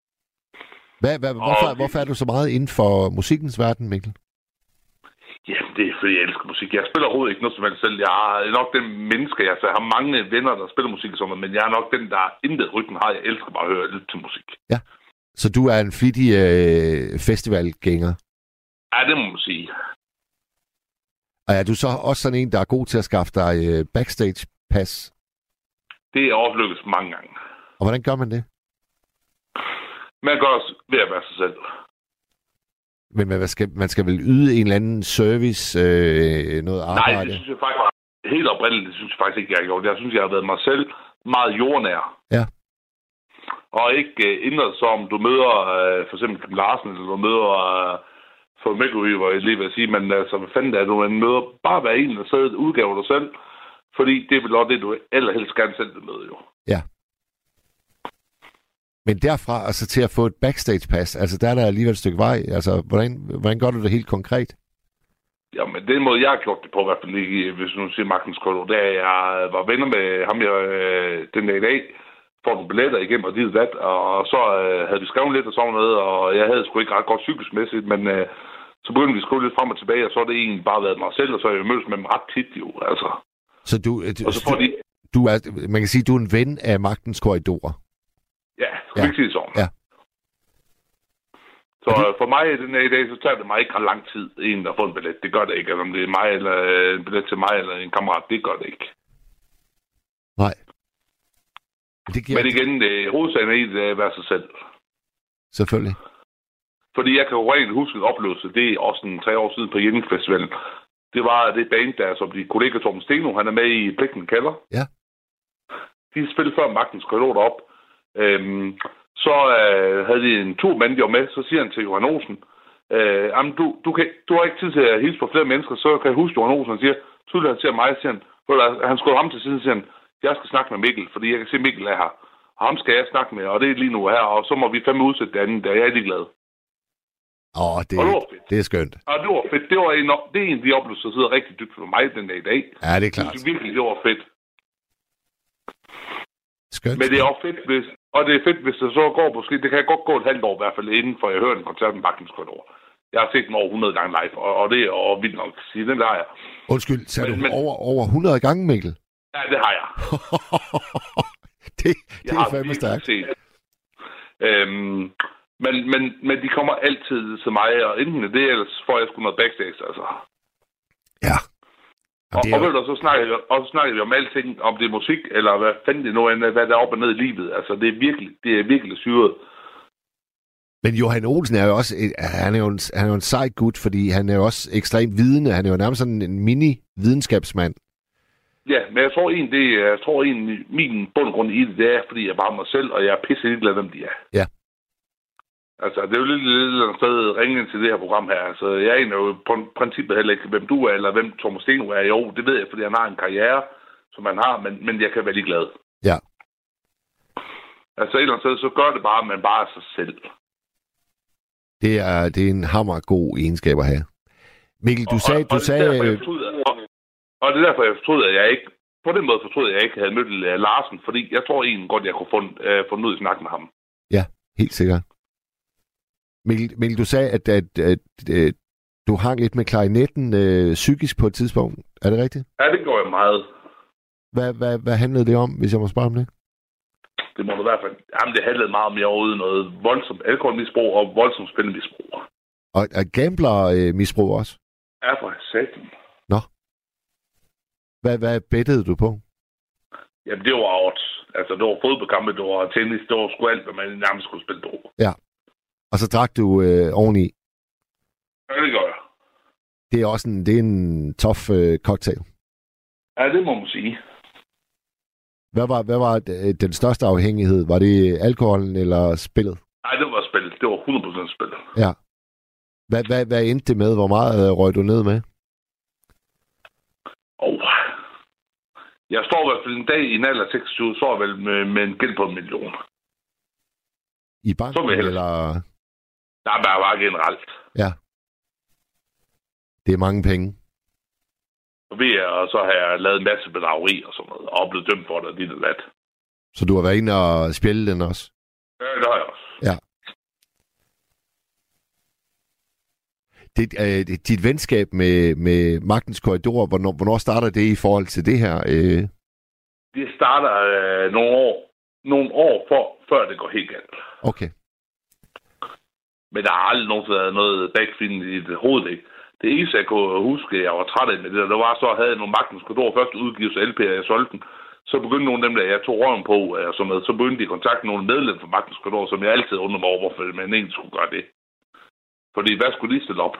Hvorfor er du så meget inden for musikkens verden, Mikkel? Ja, det er fordi, jeg elsker musik. Jeg spiller overhovedet ikke noget som helst selv. Jeg er nok den menneske, jeg har mange venner, der spiller musik og sådan noget, men jeg er nok den, der intet ryggen har. Jeg elsker bare at høre lidt til musik. Ja, så du er en flittig festivalgænger? Ja, det må man sige. Og er du så også sådan en, der er god til at skaffe dig backstage-pas? Det er også lykkedes mange gange. Og hvordan gør man det? Man gør også ved at være sig selv. Men man skal vel yde en eller anden service, noget arbejde? Nej, det synes jeg faktisk helt oprindeligt, det synes jeg faktisk ikke, jeg har gjort. Jeg synes, jeg har været mig selv meget jordnær. Ja. Og ikke ændret så, om du møder for eksempel Kim Larsen, eller du møder for Mikkel, hvor jeg lige vil sige, men altså, hvad fanden er du, man møder bare hver en, der sidder udgave af dig selv, fordi det er vel også det, du allerhelst gerne selv vil møde, jo. Ja. Men derfra altså til at få et backstage-pas, altså der er der alligevel et stykke vej. Altså, hvordan gør du det helt konkret? Jamen, den måde, jeg har gjort det på, i hvert fald ikke, hvis du siger Magtens Korridor, da jeg var venner med ham, den dag i dag, får nogle billetter igennem og dit vat, og så havde vi skrevet lidt og sådan noget, og jeg havde sgu ikke ret godt cykelsmæssigt, men så begyndte vi at skrive lidt frem og tilbage, og så har det egentlig bare været mig selv, og så har jeg mødtes med dem ret tit, jo, altså. Så man kan sige, du er en ven af Magtens Korridorer? Ja, skal vi ikke sige det sådan. Ja. Så for mig den her i dag, så tager det mig ikke ret lang tid, en der får en billet. Det gør det ikke. Altså, om det er mig, eller en billet til mig, eller en kammerat, det gør det ikke. Nej. Men igen, hovedsagen i det er at være sig selv. Selvfølgelig. Fordi jeg kan jo rent huske en oplevelse, det er også 3 år siden på Jelling Festivalen. Det var det band, der som de kollega Torben Steno, han er med i Blikken Kalder. Ja. De spillede før Magtens Korridor op. Så havde de en 2 mand med, så siger han til Johan Olsen, du har ikke tid til at hilse på flere mennesker, så kan jeg huske Johan Olsen, han siger, tydeligt han ser mig, siger han skulle ham til siden, siger han, jeg skal snakke med Mikkel, fordi jeg kan se, Mikkel er her, og ham skal jeg snakke med, og det er lige nu her, og så må vi fandme udsætte det andet, der jeg er lige glad. Det er skønt. Og det var fedt, det er en af de oplevelser, der sidder rigtig dybt for mig den dag i dag. Ja, det er klart. Det virkelig, det var fedt. Skønt. Men det er også fedt, hvis det så går måske, det kan godt gå et halvt år i hvert fald, inden for jeg hører en koncert med Magtens Korridor. Jeg har set den over 100 gange live, og det er vildt nok at sige, den der jeg. Undskyld, sagde du over 100 gange, Mikkel? Ja, det har jeg. det er fandme stærkt. Men de kommer altid til mig, og enten det, ellers får jeg sgu noget backstage, altså. Ja. Og så snakker vi om alting, om det er musik, eller hvad fanden det nu er, hvad der er op og ned i livet. Altså, det er virkelig syret. Men Johan Olsen er jo også, han er jo en sej gut, fordi han er jo også ekstremt vidende. Han er jo nærmest sådan en mini-videnskabsmand. Ja, men jeg tror min bundgrund i det er, fordi jeg bare er mig selv, og jeg er pisse ligeglad, hvem de er. Ja. Altså, det er jo lidt sted ringe til det her program her. Altså, jeg aner jo på princippet heller ikke, hvem du er, eller hvem Thomas Steno er. Jo, det ved jeg, fordi han har en karriere, som han har, men jeg kan være lige glad. Ja. Altså, et eller andet sted, så gør det bare, at man bare er sig selv. Det er en hammergod egenskab at have. Mikkel, du sagde... Og det er derfor, jeg fortrød, at jeg ikke... På den måde fortrød jeg ikke havde mødt Larsen, fordi jeg tror egentlig godt, jeg kunne få ud i snak med ham. Ja, helt sikkert. Mikkel, du sagde, at du hang lidt med klarinetten psykisk på et tidspunkt. Er det rigtigt? Ja, det går jeg meget. Hvad handlede det om, hvis jeg må spørge om det? Det må du i hvert fald... Jamen, det handlede meget om, jeg var ude noget voldsomt alkoholmisbrug og voldsomt spilmisbrug. Og gambler-misbrug også? Ja, for satan. Nå. Hvad bettede du på? Jamen, det var odds. Altså, det var fodboldkampe, det var tennis, det var sgu alt, hvad man nærmest skulle spille på. Ja. Og så drak du oveni? Ja, det gør jeg. Det er også en tough cocktail. Ja, det må man sige. Hvad var den største afhængighed? Var det alkoholen eller spillet? Nej, det var spillet. Det var 100% spillet. Ja. Hvad endte det med? Hvor meget røg du ned med? Jeg står i hvert fald en dag i en alder 26, så er vel med en gæld på 1 million. I banken, eller? Nej, bare generelt. Ja. Det er mange penge. Og så har jeg lavet en masse bedrageri og sådan noget, og blevet dømt for det, dit og dat. Så du har været inde og spjælde den også? Ja, det har jeg også. Ja. Dit venskab med Magtens Korridor, hvornår starter det i forhold til det her? Det starter nogle år før det går helt galt. Okay. Men der har aldrig nogensinde været noget backfeeling i det hovedet, ikke? Det eneste, jeg kunne huske, jeg var træt af med det var så, havde jeg nogle Magtens Korridor første udgivelse af LP'er, jeg solgte den. Så begyndte nogle af dem, der jeg tog røven på, og sådan noget, så begyndte de at kontakte nogle medlemmer fra Magtens Korridor, som jeg altid undrer mig over, hvorfor man egentlig skulle gøre det. Fordi hvad skulle de stille op?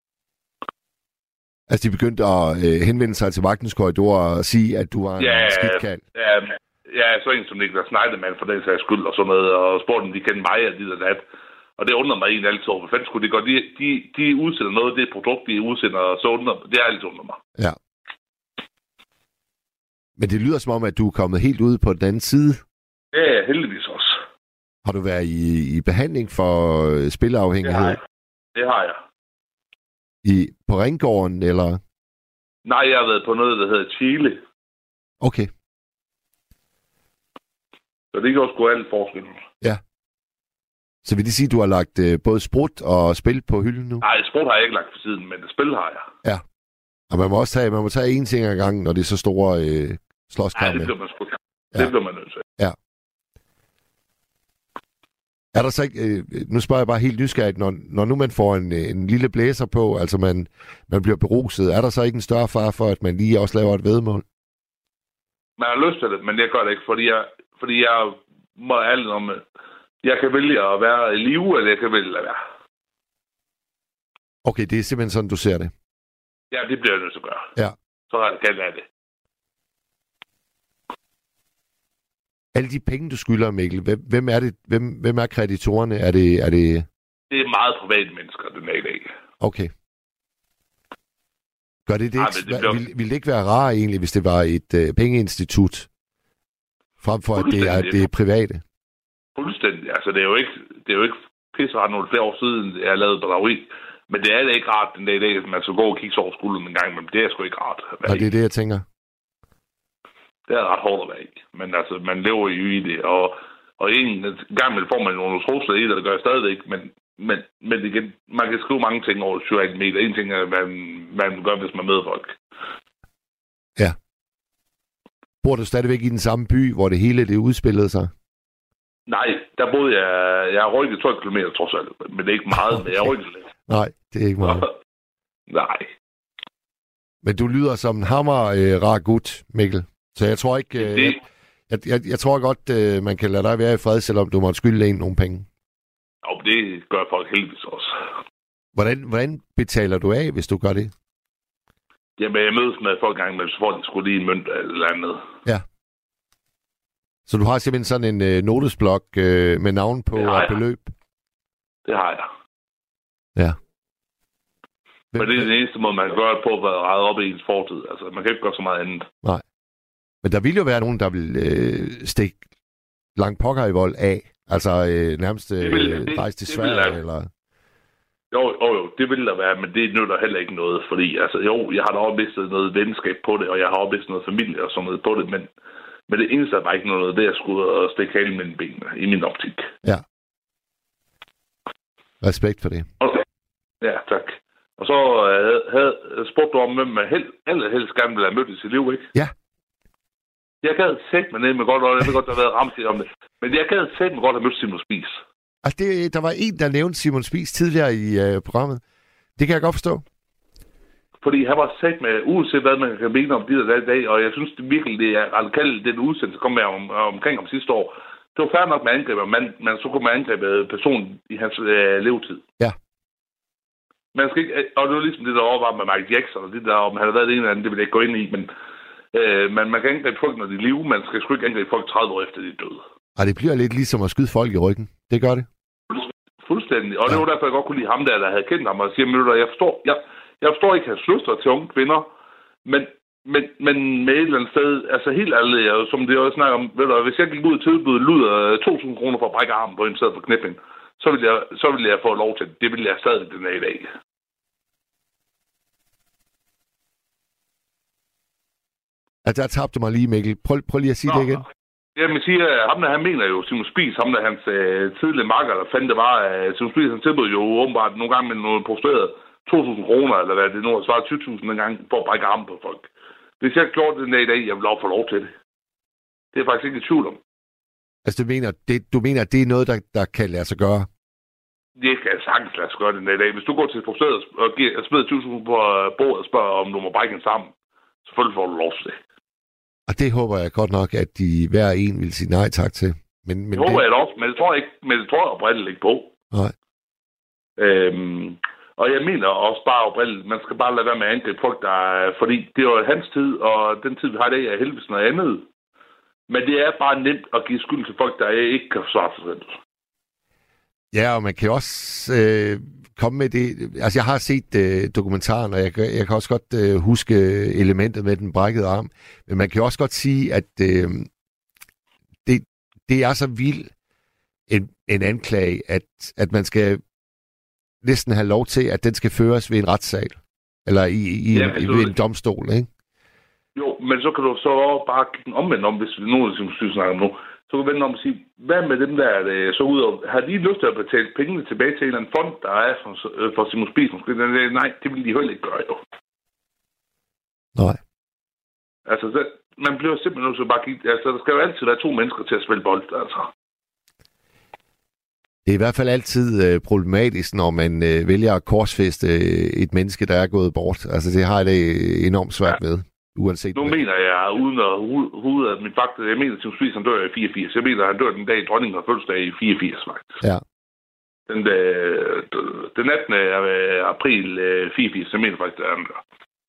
Altså, de begyndte at henvende sig til Magtens Korridor og sige, at du var en skidtkald. Ja, så en som Niklas Schneiderman for den sags skyld og sådan noget, og spurgte dem, de kendte mig og dit og dat. Og det undrer mig egentlig altid over, hvad fanden skulle de gøre? De udsender noget, det produkt, de udsender, så det er altid undrer mig. Ja. Men det lyder som om, at du er kommet helt ud på den anden side. Ja, heldigvis også. Har du været i behandling for spilleafhængighed? Det har jeg. På Ringgården, eller? Nej, jeg har været på noget, der hedder Chile. Okay. Så det gør sgu alt forskel. Ja. Så vil det sige, at du har lagt både sprut og spil på hylden nu? Nej, sprut har jeg ikke lagt for siden, men spil har jeg. Ja. Og man må også tage én ting ad gangen, når det er så store slåskampe. Nej, det bliver man sgu. Ja. Det bliver man nødt til. Ja. Er der så ikke, nu spørger jeg bare helt nysgerrigt, når nu man får en lille blæser på, altså man bliver beruset, er der så ikke en større fare for, at man lige også laver et væddemål? Man har lyst til det, men jeg gør det ikke, fordi jeg må aldrig om, jeg kan vælge at være i live, eller jeg kan vælge at være. Okay, det er simpelthen sådan, du ser det? Ja, det bliver jeg nødt til at gøre. Ja. Så radikalt er det. Alle de penge, du skylder, Mikkel, hvem er det? Hvem er kreditorerne? Er det... Det er meget private mennesker, den er i dag. Okay. Gør det ikke? Ville det ikke være rart egentlig, hvis det var et pengeinstitut, frem for at det er private? Fuldstændig. Altså, det er jo ikke pisseret nogle flere år siden, jeg har lavet bedrageri. Men det er da ikke rart den dag i dag, at man så går og kigge over skulderen en gang, men det er sgu ikke rart. Og det er det, jeg tænker. Det er ret hårdt at være i. Men altså, man lever jo i det, og en gang med får man nogle trusler i det, det gør jeg stadigvæk, men igen, man kan skrive mange ting over sociale medier. En ting er, hvad man gør, hvis man møder folk. Ja. Bor du stadigvæk i den samme by, hvor det hele det udspillede sig? Nej, der boede jeg har rykket 12 km trods alt, men det er ikke meget, okay. Men jeg har rykket lidt. Nej, det er ikke meget. Nej. Men du lyder som en rar gut, Mikkel. Så jeg tror ikke... Jeg tror godt, man kan lade dig være i fred, selvom du måtte skylde en nogle penge. Jo, det gør folk heldigvis også. Hvordan betaler du af, hvis du gør det? Jamen, jeg mødes med folk gang, men så får de sgu lige en mønt eller andet. Ja. Så du har simpelthen sådan en notesblok med navn på og beløb? Det har jeg. Ja. Men det er den eneste måde, man kan gøre det på, at være rettet op i ens fortid. Altså, man kan ikke gøre så meget andet. Nej. Men der vil jo være nogen, der vil stikke langt pokker i vold af. Altså nærmest rejse til Sverige, eller... Jo, det vil der være, men det nytter heller ikke noget, fordi altså, jeg har da også mistet noget venskab på det, og jeg har også mistet noget familie og sådan noget på det, men det eneste er bare ikke noget, det er at stikke halen mellem benene, i min optik. Ja. Respekt for det. Okay. Ja, tak. Og så havde spurgt du om, hvem man helst gerne ville have mødt i sit liv, ikke? Ja. Jeg gad sætte mig ned med godt, og jeg ved godt, der har været ramt om det, men jeg gad sætte mig godt have mødt Simon Spies. Altså, der var en, der nævnte Simon Spies tidligere i programmet. Det kan jeg godt forstå. Fordi han var sat med, uanset hvad man kan mene om de der dag, og jeg synes det virkelig, det er radikalt, den udsendelse kom med omkring om sidste år. Det var fair nok med angriber, men så kunne man angribe personen i hans levetid. Ja. man skal ikke, og det var ligesom det, der overvar med Michael Jackson, og det der, om han havde været det ene eller andet, det vil jeg ikke gå ind i, men man kan angribe folk, når de er i live, man skal sgu ikke angribe folk 30 år efter, de er døde. Og det bliver lidt ligesom at skyde folk i ryggen. Det gør det. Fuldstændig. Og det var derfor, jeg godt kunne lide ham der havde kendt ham, og siger, jeg forstår ikke hans lyster til unge kvinder, men med et eller andet sted, altså helt ærligt, som det også snakker om, ved du, hvis jeg gik ud og tilbød luder 2.000 kroner for at brække armen på en stedet for knæppen, så ville jeg få lov til det. Det ville jeg stadig den af i dag. Altså, der tabte mig lige, Mikkel. Prøv lige at sige det igen. Jamen, siger, ham der, han mener jo, Simon Spies, ham der hans tidligere makker, der fandt det var, Simon Spies, han tilbød jo åbenbart nogle gange med noget prostitueret 2.000 kroner, eller hvad det nu har svaret 20.000 en gang, for at brække armen på folk. Hvis jeg gjorde det den dag i dag, jeg ville få lov til det. Det er jeg faktisk ikke i tvivl om. Altså, du mener, at det er noget, der kan lade sig gøre? Det kan jeg sagtens lade sig gøre den dag i dag. Hvis du går til prostitueret og smider 20.000 på bordet og spørger, om du må brække en sammen, selvfølgelig får du lov til det. Og det håber jeg godt nok, at de hver en vil sige nej tak til. Men det håber jeg da også, men det tror jeg oprindeligt ikke på. Nej. Og jeg mener også bare oprindeligt, man skal bare lade være med at angribe folk, fordi det er jo hans tid, og den tid, vi har i dag, er heldigvis noget andet. Men det er bare nemt at give skyld til folk, der ikke kan forsvare sig selv. Ja, og man kan også komme med det. Altså, jeg har set dokumentaren, og jeg kan også godt huske elementet med den brækkede arm. Men man kan også godt sige, at det er så vild en anklage, at man skal næsten have lov til, at den skal føres ved en retssal. Eller ved en domstol, ikke? Jo, men så kan du så bare kigge omvendt om, hvis vi nu snakker om nu. Så kan du vende om og sige, hvad med dem der så ud og har de lyst til at betale pengene tilbage til en eller anden fond, der er for Simon Spies? Nej, det vil de heller ikke gøre, jo. Nej. Altså, man bliver simpelthen nødt til at bare give... Altså, der skal jo altid være to mennesker til at spille bold, altså. Det er i hvert fald altid problematisk, når man vælger at korsfæste et menneske, der er gået bort. Altså, det har jeg det enormt svært med. Uanset nu mener jeg, uden at hude af min fakt, jeg mener, at Simon Spies, han dør i 84. Jeg mener, at han dør den dag, dronningen har fødselsdag i 84, faktisk. Ja. Den 18. april 84, jeg mener faktisk, at han dør.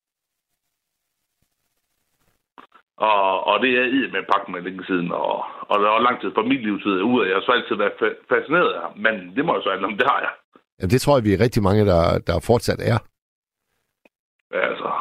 Og det er i med pakken med længe siden, og der er lang tid fra mit livstid ud, og jeg har så altid været fascineret af ham, men det må jeg så aldrig om, det har jeg. Ja, det tror jeg, vi er rigtig mange, der fortsat er. Ja, altså...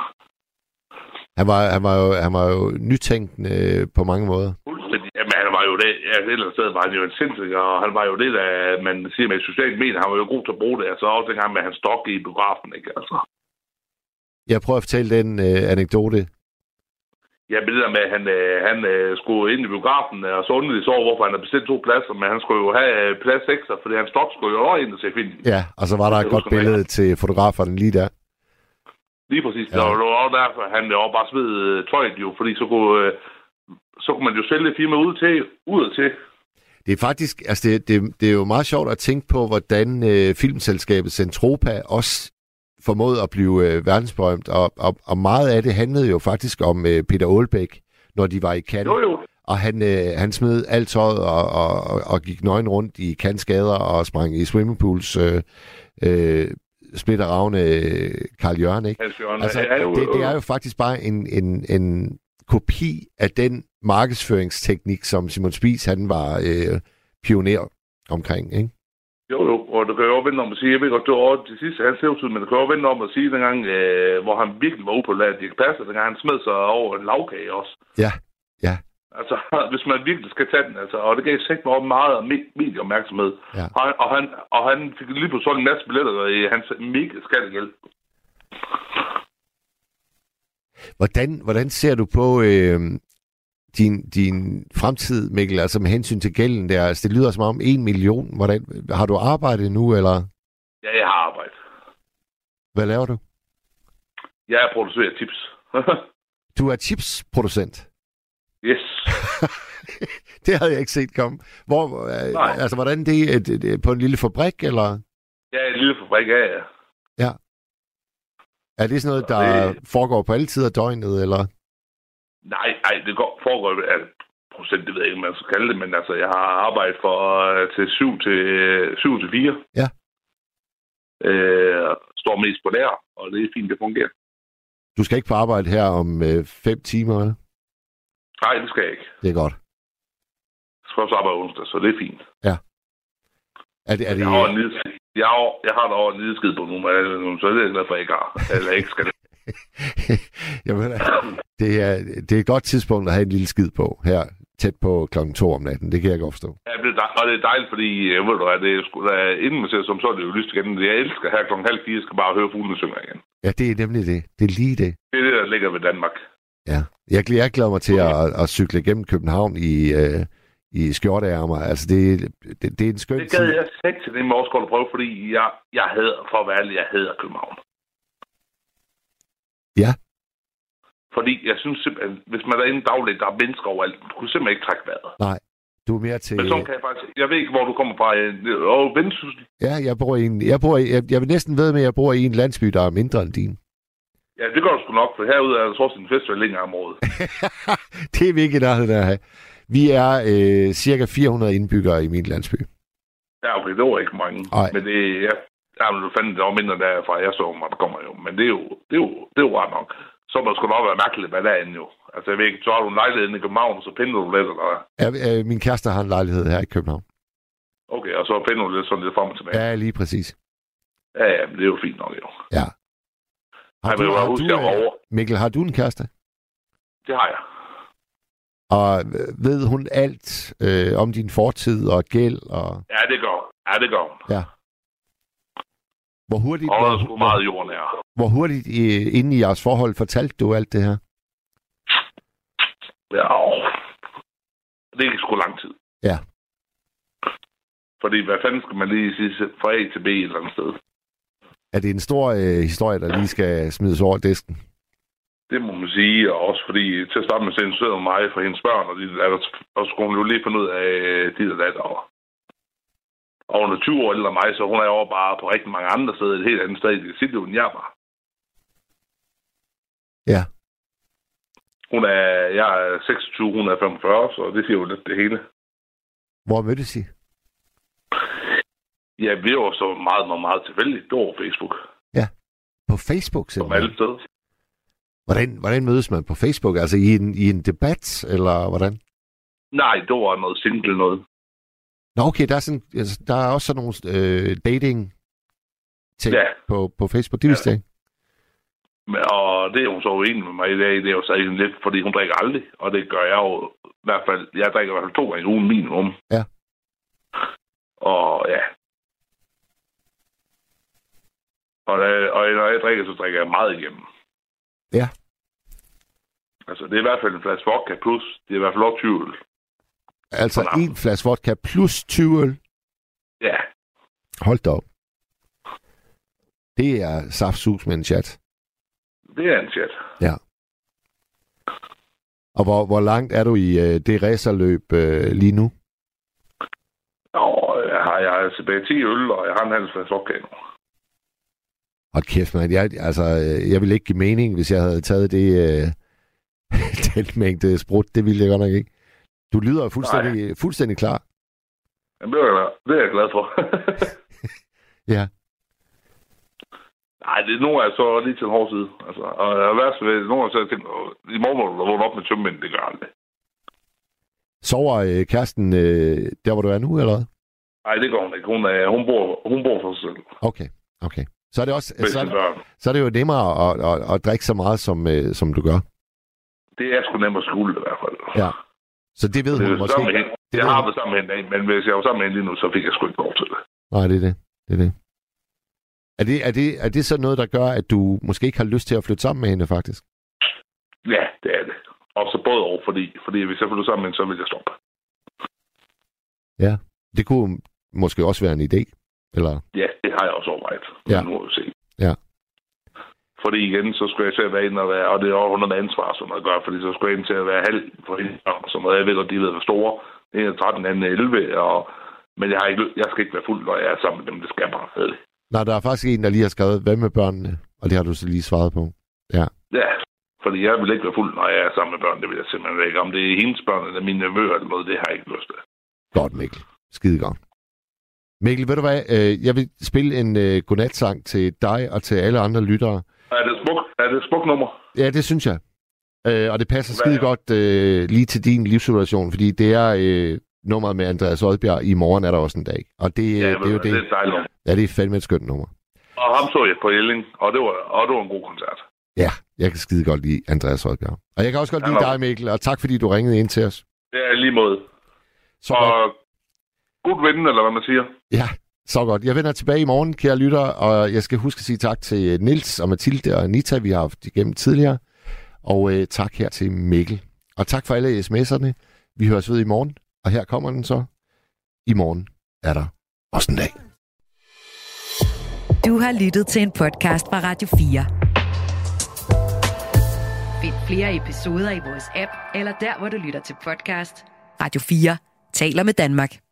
Han var jo nytænkende på mange måder. Fuldstændig. Jamen, han var jo det. Ja, et eller andet sted var han jo en sindssyg, og han var jo det, der man siger med sociale medier. Han var jo god til at bruge det. Altså også dengang med hans stok i biografen, ikke? Altså. Jeg prøver at fortælle den anekdote. Ja, men det der med, at han skulle ind i biografen, og så undrede så over, hvorfor han havde bestilt 2 pladser, men han skulle jo have plads ekstra, fordi hans stok skulle jo også ind og se film. Ja, og så var der et godt billede til fotograferne lige der. Lige præcis. Ja. Og det var også derfor, han jo bare smed tøjet jo, fordi så kunne man jo sælge firma ud til. Det er faktisk, altså det er jo meget sjovt at tænke på, hvordan filmselskabet Zentropa også formåede at blive verdensberømt, og meget af det handlede jo faktisk om Peter Aalbæk, når de var i Cannes. Jo. Og han smed alt tøjet og gik nøgen rundt i Cannes gader og sprang i swimmingpools splitteravne Karl Jørgen, ikke? Altså, det er jo faktisk bare en kopi af den markedsføringsteknik, som Simon Spies, han var pioner omkring, ikke? Jo, og det kan jo også vende om at sige, jeg ved godt, det var også det sidste hans livstid, men det kan jo vende om at sige dengang, hvor han virkelig var upopulær, det kan passe, dengang han smed sig over en lavkage også. Ja. Altså, hvis man virkelig skal tage den, altså, og det gav sig meget medieopmærksomhed. Ja. Og han fik lige på sådan en masse billetter i hans mega skattegæld. Hvordan ser du på din fremtid, Mikkel, altså med hensyn til gælden der? Altså, det lyder som om 1 million. Har du arbejdet nu, eller? Ja, jeg har arbejdet. Hvad laver du? Jeg producerer chips. Du er chipsproducent? Yes. Det havde jeg ikke set komme. Altså, hvordan det på en lille fabrik, eller? Ja, en lille fabrik, ja. Ja. Er det sådan noget, der foregår på alle tider af døgnet, eller? Nej, det foregår procent, det ved jeg ikke, man skal kalde det, men altså, jeg har arbejdet til 7 til 4. Ja. står mest på der, og det er fint, det fungerer. Du skal ikke på arbejde her om 5 timer, eller? Nej, det skal jeg ikke. Det er godt. Jeg skal også arbejde onsdag, så det er fint. Ja. Er det... Jeg har da over en lideskid på nu, så det er jeg glad for, at jeg ikke har. Eller ikke skal det. Jamen, det er et godt tidspunkt at have en lille skid på her, tæt på 2:00 om natten. Det kan jeg godt forstå. Ja, og det er dejligt, fordi ved du hvad, det er sgu da, inden man ser som, så er det jo lyst igen. Jeg elsker her 3:30, skal bare høre fuglene synge igen. Ja, det er nemlig det. Det er lige det. Det er det, der ligger ved Danmark. Ja. Jeg glæder mig til at cykle gennem København i skjorteærmer. Altså, det er en skøn tid. Det gad jeg ikke til det med også godt at prøve, fordi jeg hader, for at være ærlig, jeg hader København. Ja. Fordi jeg synes simpelthen, hvis man er inde dagligt, der er mennesker overalt, du kunne simpelthen ikke trække vejret. Nej, du er mere til... Men så kan jeg faktisk... Jeg ved ikke, hvor du kommer fra. Vendsyssel. Ja, jeg vil næsten ved med, at jeg bor i en landsby, der er mindre end din. Ja, det gør du sgu nok, for herude er der så også en festival længere om året. Det er vi ikke i nærheden af. Vi er cirka 400 indbyggere i min landsby. Ja, okay, det var ikke mange. Ej. Men det er... Ja, men du fandt det var mindre derfra, jeg så, hvor der kommer jo. Men det er jo ret nok. Så må det sgu nok være mærkeligt, hvad der er jo. Altså, jeg ved ikke, så har du en lejlighed i København, og så pendler du lidt, eller hvad? Ja, min kæreste har en lejlighed her i København. Okay, og så pendler du lidt sådan lidt frem og tilbage. Ja, lige præcis. Ja, men det er jo fint nok, jo. Ja. Mikkel, har du en kæreste? Det har jeg. Og ved hun alt om din fortid og gæld? Og... Ja, det gør hun. Ja. Hvor hurtigt, og der er sgu meget jordnær. Hvor hurtigt inde i jeres forhold fortalte du alt det her? Ja, det er ikke sgu lang tid. Ja. Fordi hvad fanden skal man lige sige fra A til B et eller andet sted? Er det en stor historie, der lige skal smides over disken? Det må man sige, og også fordi til at starte med så interesserede hun mig for hendes børn, og så skulle hun jo lige finde ud af de der datter. Og hun er 20 år ældre end mig, så hun er jo bare på rigtig mange andre steder, et helt andet sted i sit liv, end jeg var. Ja. Jeg er 26, hun er 45, så det siger jo lidt det hele. Hvor mødtes I? Ja, vi var så meget, meget tilfældigt. Det var over Facebook. Ja, på Facebook simpelthen? Som alle steder. Hvordan mødes man på Facebook? Altså i en debat, eller hvordan? Nej, det var noget single noget. Nå, okay, der er også sådan nogle dating ting på Facebook. Det vidste jeg ikke. Og det er hun så uenig med mig i dag. Det er jo så ikke lidt, fordi hun drikker aldrig. Og det gør jeg jo i hvert fald. Jeg drikker i hvert fald 2 gange i ugen minimum. Ja. Og ja. Og når jeg drikker, så drikker jeg meget igennem. Ja. Altså, det er i hvert fald en flaske vodka plus. Det er i hvert fald også 20 øl. Altså en flaske vodka plus 20 øl? Ja. Hold da op. Det er saftsus med en chat. Det er en chat. Ja. Og hvor langt er du i det racerløb lige nu? Jeg har tilbage 10 øl, og jeg har en halv flaske vodka nu. Hold kæft, man. Jeg ville ikke give mening, hvis jeg havde taget det den mængde sprut. Det ville jeg godt nok ikke. Du lyder fuldstændig klar. Jamen, det er jeg glad for. Ja. Nej, nu er jeg så lige til en hård side. Altså, og værst ved, nogle gange så jeg tænkt, i morgen må du vågne op med tømmermænd, det gør aldrig. Sover kæresten der, hvor du er nu, eller hvad? Nej, det gør hun ikke. Hun bor for sig selv. Okay. Så er det også så er det jo nemmere at drikke så meget, som du gør. Det er sgu nemmere at skjule det i hvert fald. Ja. Så det ved hun måske ikke. Jeg har været sammen med hende, men hvis jeg var sammen med hende lige nu, så fik jeg sgu ikke lov til det. Nej, det er det. Er det så noget, der gør, at du måske ikke har lyst til at flytte sammen med hende, faktisk? Ja, det er det. Og så både over, fordi hvis jeg flytter sammen med hende, så vil jeg stoppe. Ja, det kunne måske også være en idé, eller? Ja, det har jeg også overvejet. Ja. Nu må vi se. Ja. Fordi igen, så skulle jeg til at være inde og være, og det er også under ansvar, som jeg gør, fordi så skulle jeg ind til at være halv for hende, som jeg ved, at de ved, hvor store. En er 13, anden er 11, men jeg skal ikke være fuld, når jeg er sammen med dem. Det skal jeg bare have. Nej, der er faktisk en, der lige har skrevet, hvad med børnene? Og det har du så lige svaret på. Ja. Ja, fordi jeg vil ikke være fuld, når jeg er sammen med børn. Det vil jeg simpelthen ikke. Om det er hendes børn eller mine nevøer eller noget, det har jeg ikke lyst til. Godt, Mikkel. Skide godt. Mikkel, ved du hvad? Jeg vil spille en godnatsang til dig og til alle andre lyttere. Er det et smukt nummer? Ja, det synes jeg. Og det passer skide godt lige til din livssituation, fordi det er nummeret med Andreas Odbjerg. I morgen er der også en dag. Og det er jo det. Det er et dejligt nummer. Ja, det er fandme et skønt nummer. Og ham så jeg på Jelling, og det var en god koncert. Ja, jeg kan skide godt lide Andreas Odbjerg. Og jeg kan også godt lide dig, Mikkel, og tak fordi du ringede ind til os. Det er lige måde. Så og godt. God ven, eller hvad man siger. Ja, så godt. Jeg vender tilbage i morgen, kære lytter, og jeg skal huske at sige tak til Niels og Mathilde og Anita, vi har haft igennem tidligere. Og tak her til Mikkel. Og tak for alle sms'erne. Vi høres ved i morgen, og her kommer den så. I morgen er der også en dag. Du har lyttet til en podcast fra Radio 4. Find flere episoder i vores app, eller der, hvor du lytter til podcast. Radio 4 taler med Danmark.